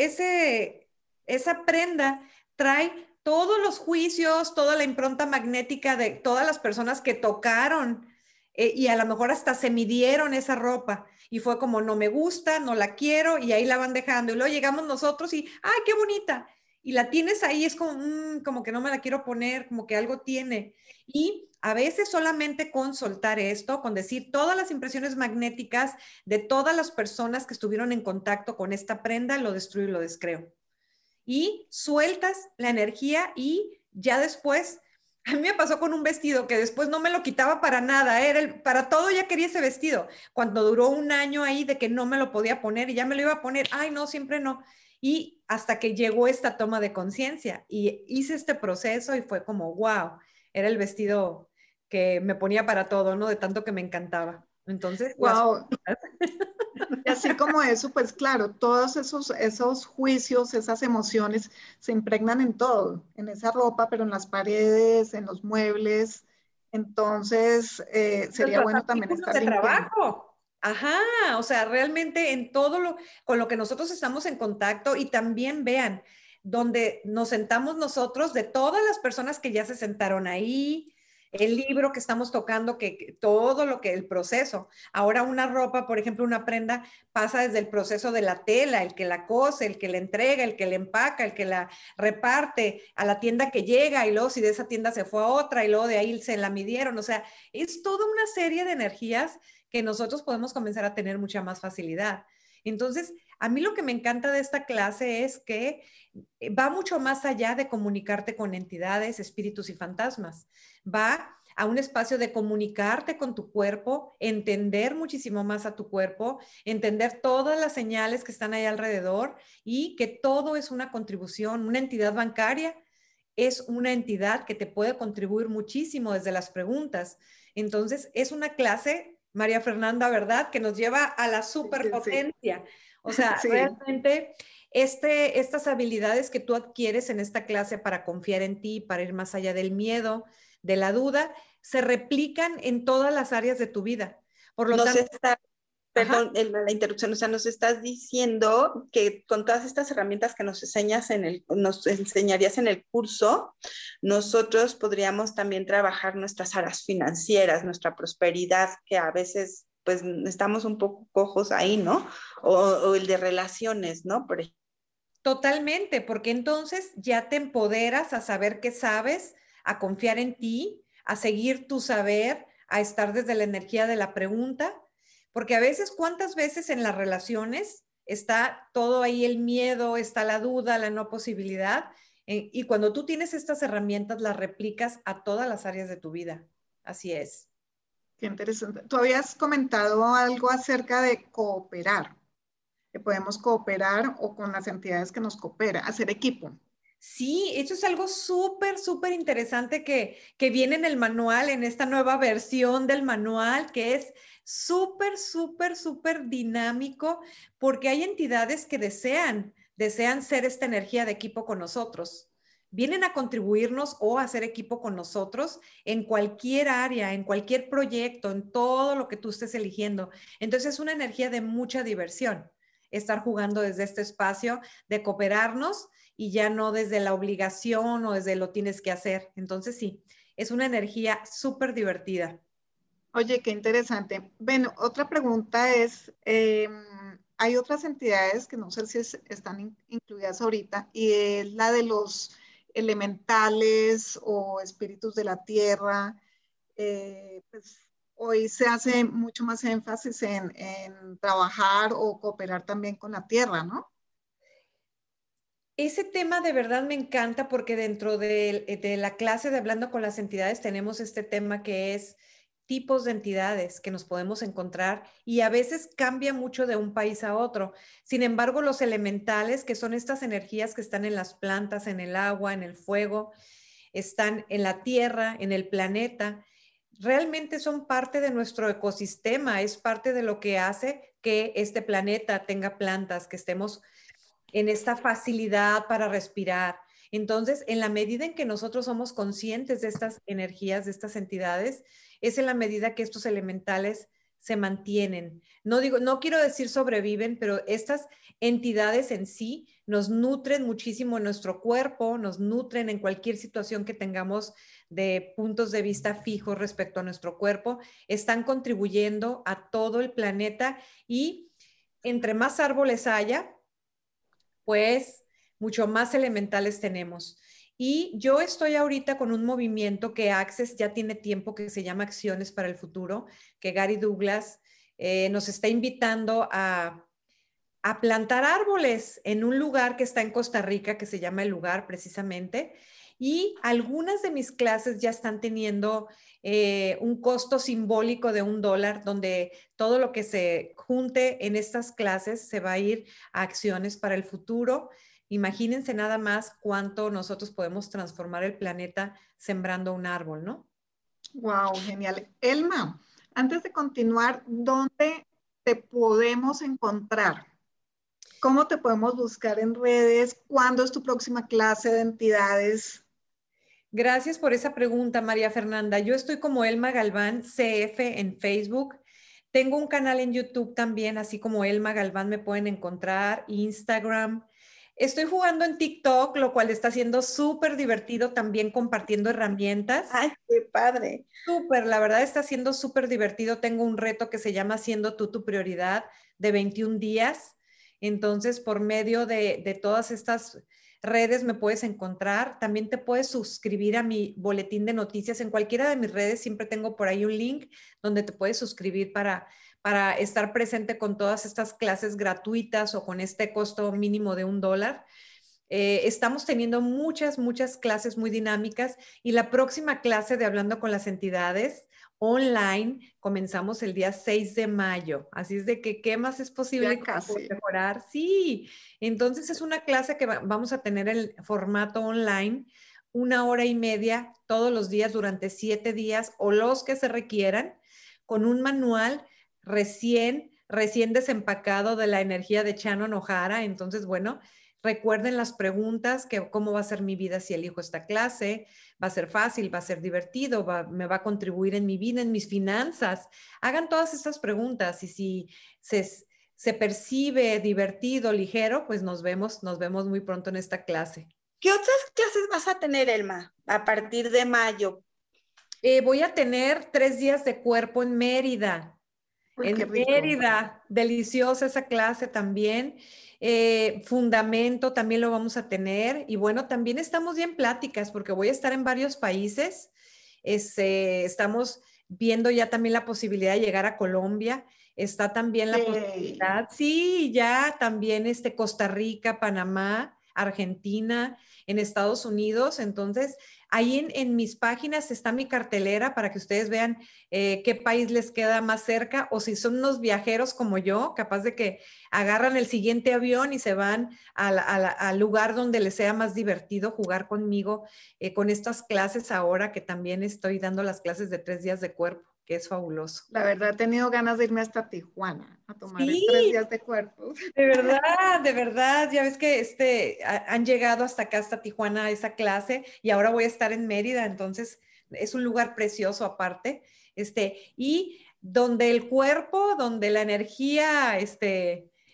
esa prenda trae todos los juicios, toda la impronta magnética de todas las personas que tocaron y a lo mejor hasta se midieron esa ropa y fue como, no me gusta, no la quiero, y ahí la van dejando. Y luego llegamos nosotros y, ¡ay, qué bonita! Y la tienes ahí, es como, como que no me la quiero poner, como que algo tiene. Y a veces solamente con soltar esto, con decir todas las impresiones magnéticas de todas las personas que estuvieron en contacto con esta prenda, lo destruyo y lo descreo. Y sueltas la energía y ya después... A mí me pasó con un vestido que después no me lo quitaba para nada, para todo ya quería ese vestido. Cuando duró un año ahí de que no me lo podía poner y ya me lo iba a poner, ay no, siempre no. Y hasta que llegó esta toma de conciencia y hice este proceso y fue como, wow, era el vestido que me ponía para todo, ¿no? De tanto que me encantaba. Entonces, wow. Y así como eso, pues claro, todos esos juicios, esas emociones se impregnan en todo, en esa ropa, pero en las paredes, en los muebles. Entonces, sería bueno también estar de limpiando. Trabajo. Ajá, o sea, realmente en todo con lo que nosotros estamos en contacto, y también vean, donde nos sentamos nosotros, de todas las personas que ya se sentaron ahí, el libro que estamos tocando, que todo lo que el proceso. Ahora una ropa, por ejemplo, una prenda pasa desde el proceso de la tela, el que la cose, el que la entrega, el que la empaca, el que la reparte, a la tienda que llega, y luego si de esa tienda se fue a otra y luego de ahí se la midieron. O sea, es toda una serie de energías que nosotros podemos comenzar a tener mucha más facilidad. Entonces, a mí lo que me encanta de esta clase es que va mucho más allá de comunicarte con entidades, espíritus y fantasmas. Va a un espacio de comunicarte con tu cuerpo, entender muchísimo más a tu cuerpo, entender todas las señales que están ahí alrededor, y que todo es una contribución. Una entidad bancaria es una entidad que te puede contribuir muchísimo desde las preguntas. Entonces, es una clase, María Fernanda, ¿verdad?, que nos lleva a la superpotencia. Sí. O sea, sí. Realmente estas habilidades que tú adquieres en esta clase para confiar en ti, para ir más allá del miedo, de la duda, se replican en todas las áreas de tu vida. Por lo tanto, perdón, la interrupción, o sea, nos estás diciendo que con todas estas herramientas que nos enseñarías en el curso, nosotros podríamos también trabajar nuestras áreas financieras, nuestra prosperidad, que a veces pues estamos un poco cojos ahí, ¿no? O el de relaciones, ¿no? Por ejemplo. Totalmente, porque entonces ya te empoderas a saber qué sabes, a confiar en ti, a seguir tu saber, a estar desde la energía de la pregunta. Porque a veces, ¿cuántas veces en las relaciones está todo ahí el miedo, está la duda, la no posibilidad? Y cuando tú tienes estas herramientas, las replicas a todas las áreas de tu vida. Así es. Qué interesante. Tú habías comentado algo acerca de cooperar, que podemos cooperar o con las entidades que nos cooperan, hacer equipo. Sí, eso es algo súper, súper interesante que viene en el manual, en esta nueva versión del manual, que es súper, súper, súper dinámico, porque hay entidades que desean ser esta energía de equipo con nosotros. Vienen a contribuirnos o a hacer equipo con nosotros en cualquier área, en cualquier proyecto, en todo lo que tú estés eligiendo. Entonces es una energía de mucha diversión estar jugando desde este espacio, de cooperarnos y ya no desde la obligación o desde lo tienes que hacer. Entonces sí, es una energía súper divertida. Oye, qué interesante. Bueno, otra pregunta es, hay otras entidades que no sé si están incluidas ahorita, y es la de los elementales o espíritus de la tierra. Pues hoy se hace mucho más énfasis en trabajar o cooperar también con la tierra, ¿no? Ese tema de verdad me encanta porque dentro de la clase de Hablando con las Entidades tenemos este tema que es tipos de entidades que nos podemos encontrar y a veces cambia mucho de un país a otro. Sin embargo, los elementales, que son estas energías que están en las plantas, en el agua, en el fuego, están en la tierra, en el planeta, realmente son parte de nuestro ecosistema, es parte de lo que hace que este planeta tenga plantas, que estemos en esta facilidad para respirar. Entonces, en la medida en que nosotros somos conscientes de estas energías, de estas entidades, es en la medida que estos elementales se mantienen. No quiero decir sobreviven, pero estas entidades en sí nos nutren muchísimo en nuestro cuerpo, nos nutren en cualquier situación que tengamos de puntos de vista fijos respecto a nuestro cuerpo, están contribuyendo a todo el planeta y entre más árboles haya, pues mucho más elementales tenemos. Y yo estoy ahorita con un movimiento que Access ya tiene tiempo, que se llama Acciones para el Futuro, que Gary Douglas nos está invitando a plantar árboles en un lugar que está en Costa Rica, que se llama El Lugar precisamente. Y algunas de mis clases ya están teniendo un costo simbólico de $1, donde todo lo que se junte en estas clases se va a ir a Acciones para el Futuro. Imagínense nada más cuánto nosotros podemos transformar el planeta sembrando un árbol, ¿no? Wow, genial. Elma, antes de continuar, ¿dónde te podemos encontrar? ¿Cómo te podemos buscar en redes? ¿Cuándo es tu próxima clase de entidades? Gracias por esa pregunta, María Fernanda. Yo estoy como Elma Galván CF en Facebook. Tengo un canal en YouTube también, así como Elma Galván me pueden encontrar, Instagram. Estoy jugando en TikTok, lo cual está siendo súper divertido también compartiendo herramientas. ¡Ay, qué padre! Súper, la verdad está siendo súper divertido. Tengo un reto que se llama Siendo tú tu prioridad de 21 días. Entonces, por medio de todas estas redes me puedes encontrar. También te puedes suscribir a mi boletín de noticias. En cualquiera de mis redes siempre tengo por ahí un link donde te puedes suscribir para estar presente con todas estas clases gratuitas o con este costo mínimo de $1. Estamos teniendo muchas clases muy dinámicas y la próxima clase de Hablando con las Entidades online comenzamos el día 6 de mayo. Así es de que, ¿qué más es posible mejorar? Sí, entonces es una clase que vamos a tener el formato online, 1 hora y media todos los días durante 7 días o los que se requieran, con un manual recién desempacado de la energía de Shannon O'Hara. Entonces, bueno, recuerden las preguntas, que cómo va a ser mi vida si elijo esta clase, va a ser fácil, va a ser divertido, me va a contribuir en mi vida, en mis finanzas. Hagan todas estas preguntas y si se percibe divertido, ligero, pues nos vemos muy pronto en esta clase. ¿Qué otras clases vas a tener, Elma, a partir de mayo? Voy a tener 3 días de cuerpo en Mérida. Uy, en Mérida, deliciosa esa clase también. Fundamento también lo vamos a tener. Y bueno, también estamos ya en pláticas porque voy a estar en varios países. Estamos viendo ya también la posibilidad de llegar a Colombia. Está también la posibilidad, sí, ya también Costa Rica, Panamá, Argentina, en Estados Unidos. Entonces, ahí en mis páginas está mi cartelera para que ustedes vean qué país les queda más cerca, o si son unos viajeros como yo, capaz de que agarran el siguiente avión y se van al lugar donde les sea más divertido jugar conmigo con estas clases ahora que también estoy dando las clases de 3 días de cuerpo, que es fabuloso. La verdad, he tenido ganas de irme hasta Tijuana a tomar Sí, 3 días de cuerpo. de verdad, ya ves que han llegado hasta acá, hasta Tijuana, a esa clase, y ahora voy a estar en Mérida, entonces es un lugar precioso aparte, y donde el cuerpo, donde la energía,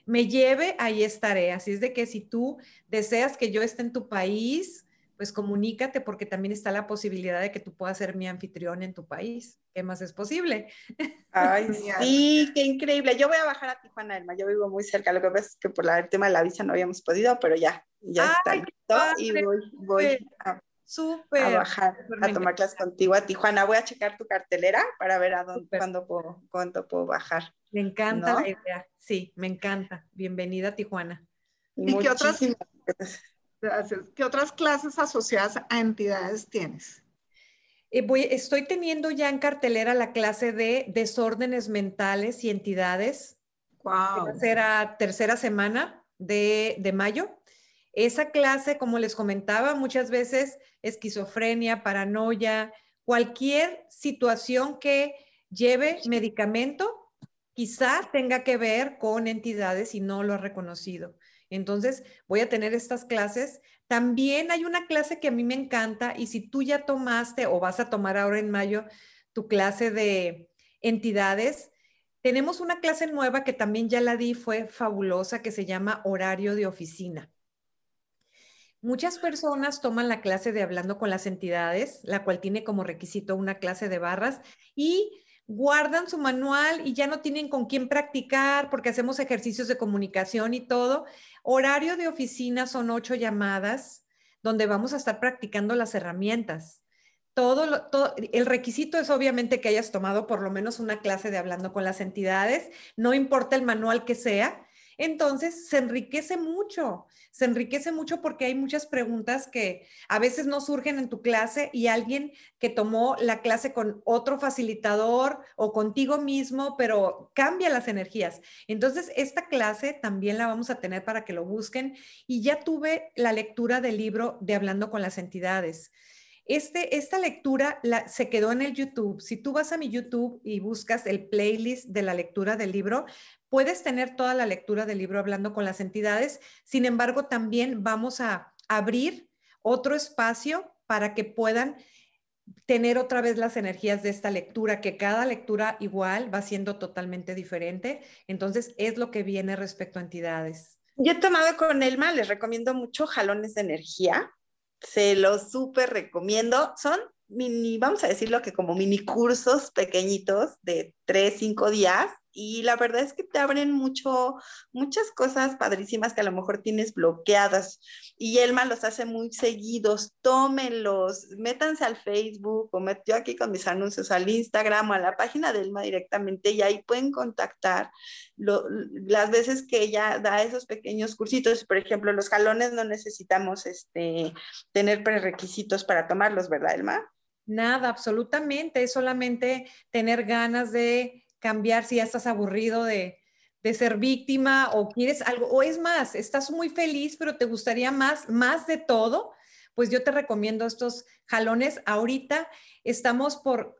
me lleve, ahí estaré. Así es de que si tú deseas que yo esté en tu país, pues comunícate porque también está la posibilidad de que tú puedas ser mi anfitrión en tu país. ¿Qué más es posible? Ay, sí, qué increíble. Yo voy a bajar a Tijuana, Elma. Yo vivo muy cerca. Lo que pasa es que por el tema de la visa no habíamos podido, pero ya está ¡Ay, listo qué padre! y voy a Súper. bajar Me a tomar encanta. clases contigo a Tijuana. Voy a checar tu cartelera para ver Súper. cuándo puedo bajar. Me encanta ¿No? la idea. Sí, me encanta. Bienvenida a Tijuana. Y ¿Y muchísimas gracias. gracias, qué otras clases asociadas a entidades tienes? Estoy teniendo ya en cartelera la clase de desórdenes mentales y entidades. Que va a Wow. ser a tercera semana de mayo. Esa clase, como les comentaba, muchas veces esquizofrenia, paranoia, cualquier situación que lleve medicamento, quizá tenga que ver con entidades y no lo ha reconocido. Entonces, voy a tener estas clases. También hay una clase que a mí me encanta y si tú ya tomaste o vas a tomar ahora en mayo tu clase de entidades, tenemos una clase nueva que también ya la di, fue fabulosa, que se llama horario de oficina. Muchas personas toman la clase de hablando con las entidades, la cual tiene como requisito una clase de barras y guardan su manual y ya no tienen con quién practicar porque hacemos ejercicios de comunicación y todo. Horario de oficina son 8 llamadas donde vamos a estar practicando las herramientas. El requisito es obviamente que hayas tomado por lo menos una clase de hablando con las entidades, no importa el manual que sea. Entonces, se enriquece mucho porque hay muchas preguntas que a veces no surgen en tu clase y alguien que tomó la clase con otro facilitador o contigo mismo, pero cambia las energías. Entonces, esta clase también la vamos a tener para que lo busquen y ya tuve la lectura del libro de Hablando con las entidades. Esta lectura se quedó en el YouTube. Si tú vas a mi YouTube y buscas el playlist de la lectura del libro, puedes tener toda la lectura del libro Hablando con las entidades. Sin embargo, también vamos a abrir otro espacio para que puedan tener otra vez las energías de esta lectura, que cada lectura igual va siendo totalmente diferente. Entonces, es lo que viene respecto a entidades. Yo he tomado con Elma, les recomiendo mucho jalones de energía. Se los súper recomiendo. Son mini, vamos a decirlo que como mini cursos pequeñitos de 3, 5 días y la verdad es que te abren muchas cosas padrísimas que a lo mejor tienes bloqueadas y Elma los hace muy seguidos. Tómenlos, métanse al Facebook o yo aquí con mis anuncios al Instagram o a la página de Elma directamente y ahí pueden contactar las veces que ella da esos pequeños cursitos. Por ejemplo, los jalones no necesitamos tener prerequisitos para tomarlos, ¿verdad, Elma? Nada, absolutamente, es solamente tener ganas de cambiar si ya estás aburrido de ser víctima o quieres algo, o es más, estás muy feliz, pero te gustaría más de todo, pues yo te recomiendo estos jalones. Ahorita estamos por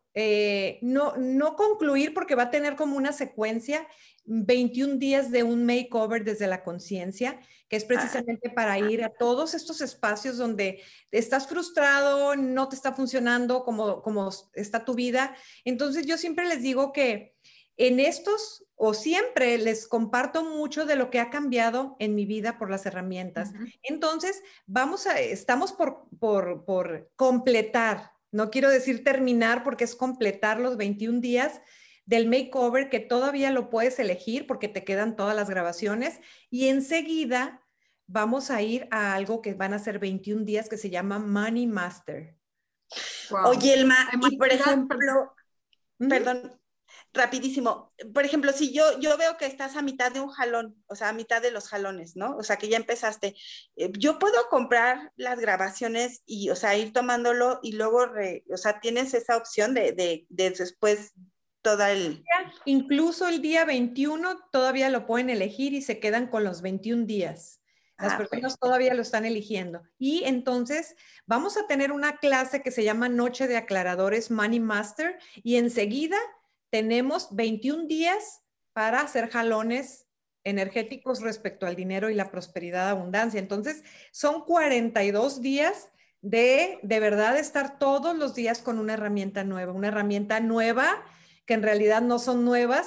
no concluir porque va a tener como una secuencia, 21 días de un makeover desde la conciencia, que es precisamente para ir a todos estos espacios donde estás frustrado, no te está funcionando como está tu vida. Entonces yo siempre les digo que en estos, o siempre les comparto mucho de lo que ha cambiado en mi vida por las herramientas. Entonces, estamos por completar, no quiero decir terminar porque es completar los 21 días del makeover que todavía lo puedes elegir porque te quedan todas las grabaciones y enseguida vamos a ir a algo que van a ser 21 días que se llama Money Master. Wow. Oye, Elma, y por ejemplo, perdón, rapidísimo, por ejemplo, si yo veo que estás a mitad de un jalón, o sea, a mitad de los jalones, ¿no? O sea, que ya empezaste, yo puedo comprar las grabaciones y, o sea, ir tomándolo y luego, o sea, tienes esa opción de después toda el... Incluso el día 21 todavía lo pueden elegir y se quedan con los 21 días. Las personas todavía lo están eligiendo. Y entonces vamos a tener una clase que se llama Noche de Aclaradores Money Master y enseguida tenemos 21 días para hacer jalones energéticos respecto al dinero y la prosperidad, abundancia. Entonces son 42 días de verdad estar todos los días con una herramienta nueva que en realidad no son nuevas,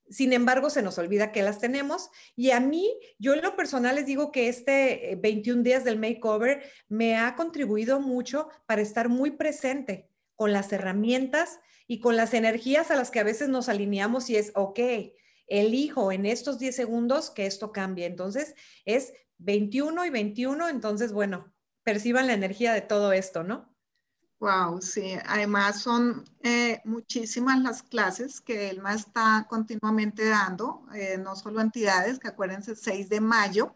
Sin embargo, se nos olvida que las tenemos. Y a mí, yo en lo personal les digo que 21 días del makeover me ha contribuido mucho para estar muy presente con las herramientas y con las energías a las que a veces nos alineamos y es, ok, elijo en estos 10 segundos que esto cambie. Entonces, es 21 y 21, entonces, bueno, perciban la energía de todo esto, ¿no? Wow, sí. Además son muchísimas las clases que Elma está continuamente dando, no solo entidades, que acuérdense, 6 de mayo,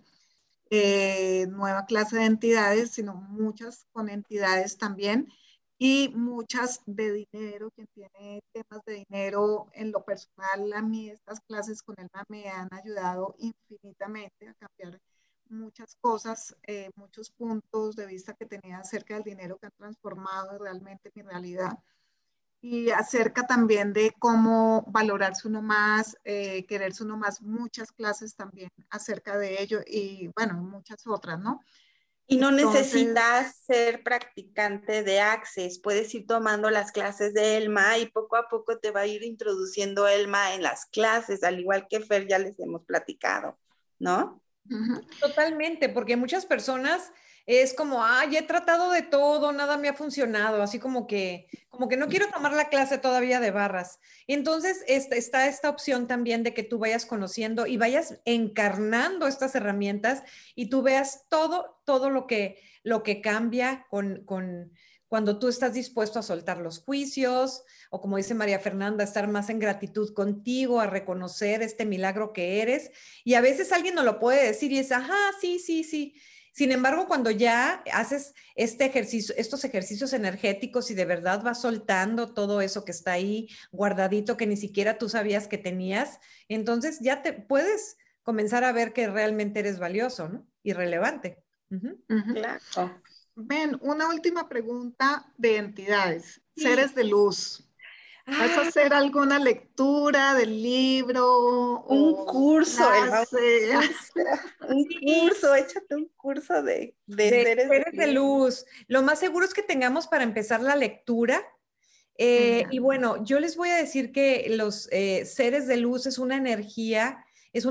nueva clase de entidades, sino muchas con entidades también y muchas de dinero, quien tiene temas de dinero. En lo personal, a mí estas clases con Elma me han ayudado infinitamente a cambiar muchas cosas, muchos puntos de vista que tenía acerca del dinero que han transformado realmente mi realidad. Y acerca también de cómo valorarse uno más, quererse uno más, muchas clases también acerca de ello y bueno, muchas otras, ¿no? Y no Entonces, necesitas ser practicante de Access, puedes ir tomando las clases de Elma y poco a poco te va a ir introduciendo Elma en las clases, al igual que Fer ya les hemos platicado, ¿no? Totalmente, porque muchas personas es como, ya he tratado de todo, nada me ha funcionado, así como que no quiero tomar la clase todavía de barras. Entonces está esta opción también de que tú vayas conociendo y vayas encarnando estas herramientas y tú veas todo lo que cambia cuando tú estás dispuesto a soltar los juicios, o como dice María Fernanda, estar más en gratitud contigo, a reconocer este milagro que eres. Y a veces alguien no lo puede decir y es, ajá, sí, sí, sí. Sin embargo, cuando ya haces estos ejercicios energéticos y de verdad vas soltando todo eso que está ahí guardadito, que ni siquiera tú sabías que tenías, entonces ya te puedes comenzar a ver que realmente eres valioso, ¿no? Y relevante. Claro. Ven, una última pregunta de entidades, seres de luz. ¿Vas a hacer alguna lectura del libro? Un curso, clase? un curso, échate un curso de seres de luz. Lo más seguro es que tengamos para empezar la lectura. Y bueno, yo les voy a decir que los seres de luz es una energía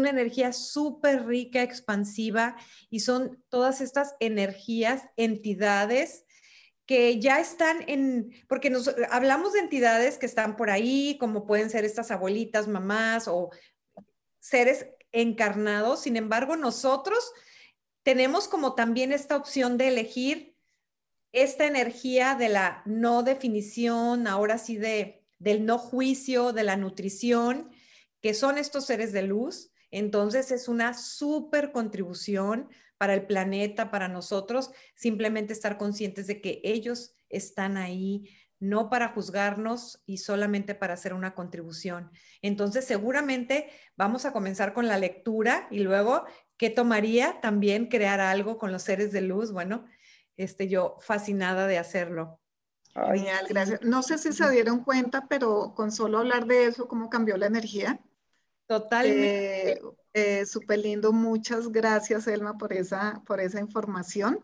súper rica, expansiva, y son todas estas energías, entidades que ya están porque hablamos de entidades que están por ahí, como pueden ser estas abuelitas, mamás o seres encarnados. Sin embargo, nosotros tenemos como también esta opción de elegir esta energía de la no definición, ahora sí del no juicio, de la nutrición, que son estos seres de luz. Entonces es una súper contribución para el planeta, para nosotros, simplemente estar conscientes de que ellos están ahí, no para juzgarnos y solamente para hacer una contribución. Entonces seguramente vamos a comenzar con la lectura y luego, ¿qué tomaría también crear algo con los seres de luz? Bueno, yo fascinada de hacerlo. Genial, gracias. No sé si se dieron cuenta, pero con solo hablar de eso, cómo cambió la energía. Totalmente. Súper lindo. Muchas gracias, Elma, por esa información.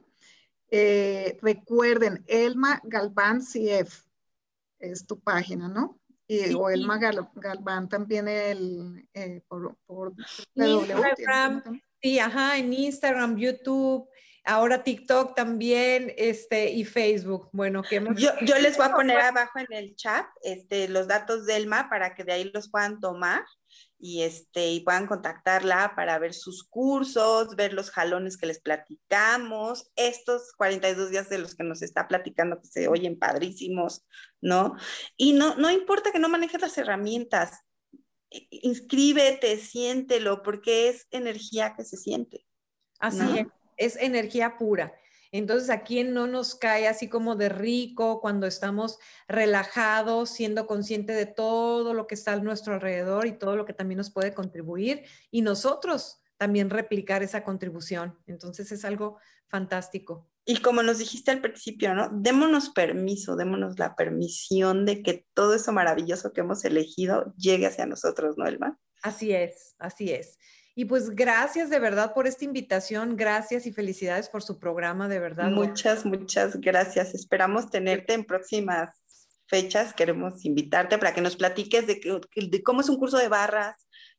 Recuerden, Elma Galván CF es tu página, ¿no? O Elma Galván también por Instagram, sí, ajá, en Instagram, YouTube, ahora TikTok también, y Facebook. Bueno, yo les voy a poner abajo en el chat los datos de Elma para que de ahí los puedan tomar y puedan contactarla para ver sus cursos, ver los jalones que les platicamos, estos 42 días de los que nos está platicando que se oyen padrísimos, ¿no? Y no importa que no manejes las herramientas, inscríbete, siéntelo, porque es energía que se siente. Así ¿no? Es energía pura. Entonces, ¿a quién no nos cae así como de rico cuando estamos relajados, siendo consciente de todo lo que está a nuestro alrededor y todo lo que también nos puede contribuir? Y nosotros también replicar esa contribución. Entonces, es algo fantástico. Y como nos dijiste al principio, ¿no? Démonos permiso, démonos la permisión de que todo eso maravilloso que hemos elegido llegue hacia nosotros, ¿no, Elma? Así es, así es. Y pues gracias de verdad por esta invitación, gracias y felicidades por su programa, de verdad. Muchas gracias. Esperamos tenerte en próximas fechas. Queremos invitarte para que nos platiques de cómo es un curso de barras,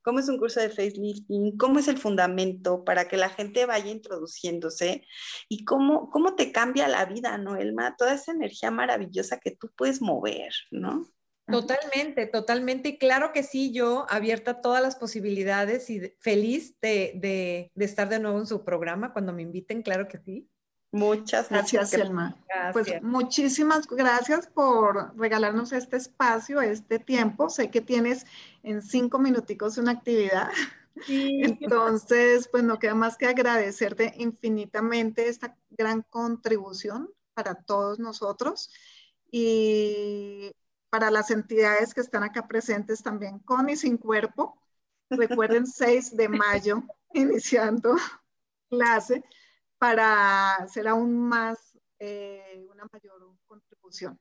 cómo es un curso de facelifting, cómo es el fundamento para que la gente vaya introduciéndose y cómo te cambia la vida, ¿no, Elma? Toda esa energía maravillosa que tú puedes mover, ¿no? Totalmente, totalmente. Y claro que sí, yo abierta a todas las posibilidades y feliz de estar de nuevo en su programa cuando me inviten, claro que sí. Muchas gracias, Elma. Gracias. Pues muchísimas gracias por regalarnos este espacio, este tiempo. Sé que tienes en 5 minuticos una actividad. Sí. Entonces, pues no queda más que agradecerte infinitamente esta gran contribución para todos nosotros y para las entidades que están acá presentes también con y sin cuerpo. Recuerden 6 de mayo, iniciando clase, para hacer aún más una mayor contribución.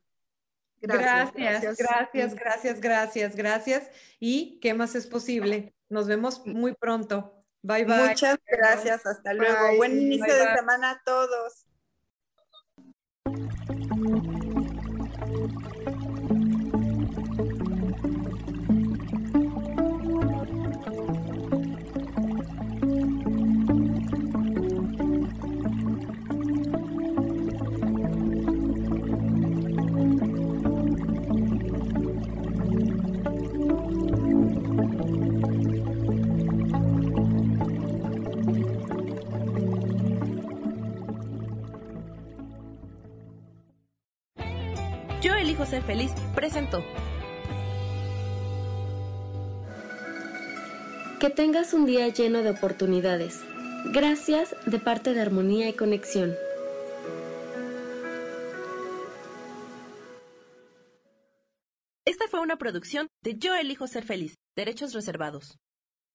Gracias. ¿Y qué más es posible? Nos vemos muy pronto. Bye, bye. Muchas gracias. Hasta luego. Bye. Buen inicio de semana a todos. Yo elijo ser feliz presentó. Que tengas un día lleno de oportunidades. Gracias de parte de Armonía y Conexión. Esta fue una producción de Yo elijo ser feliz. Derechos reservados.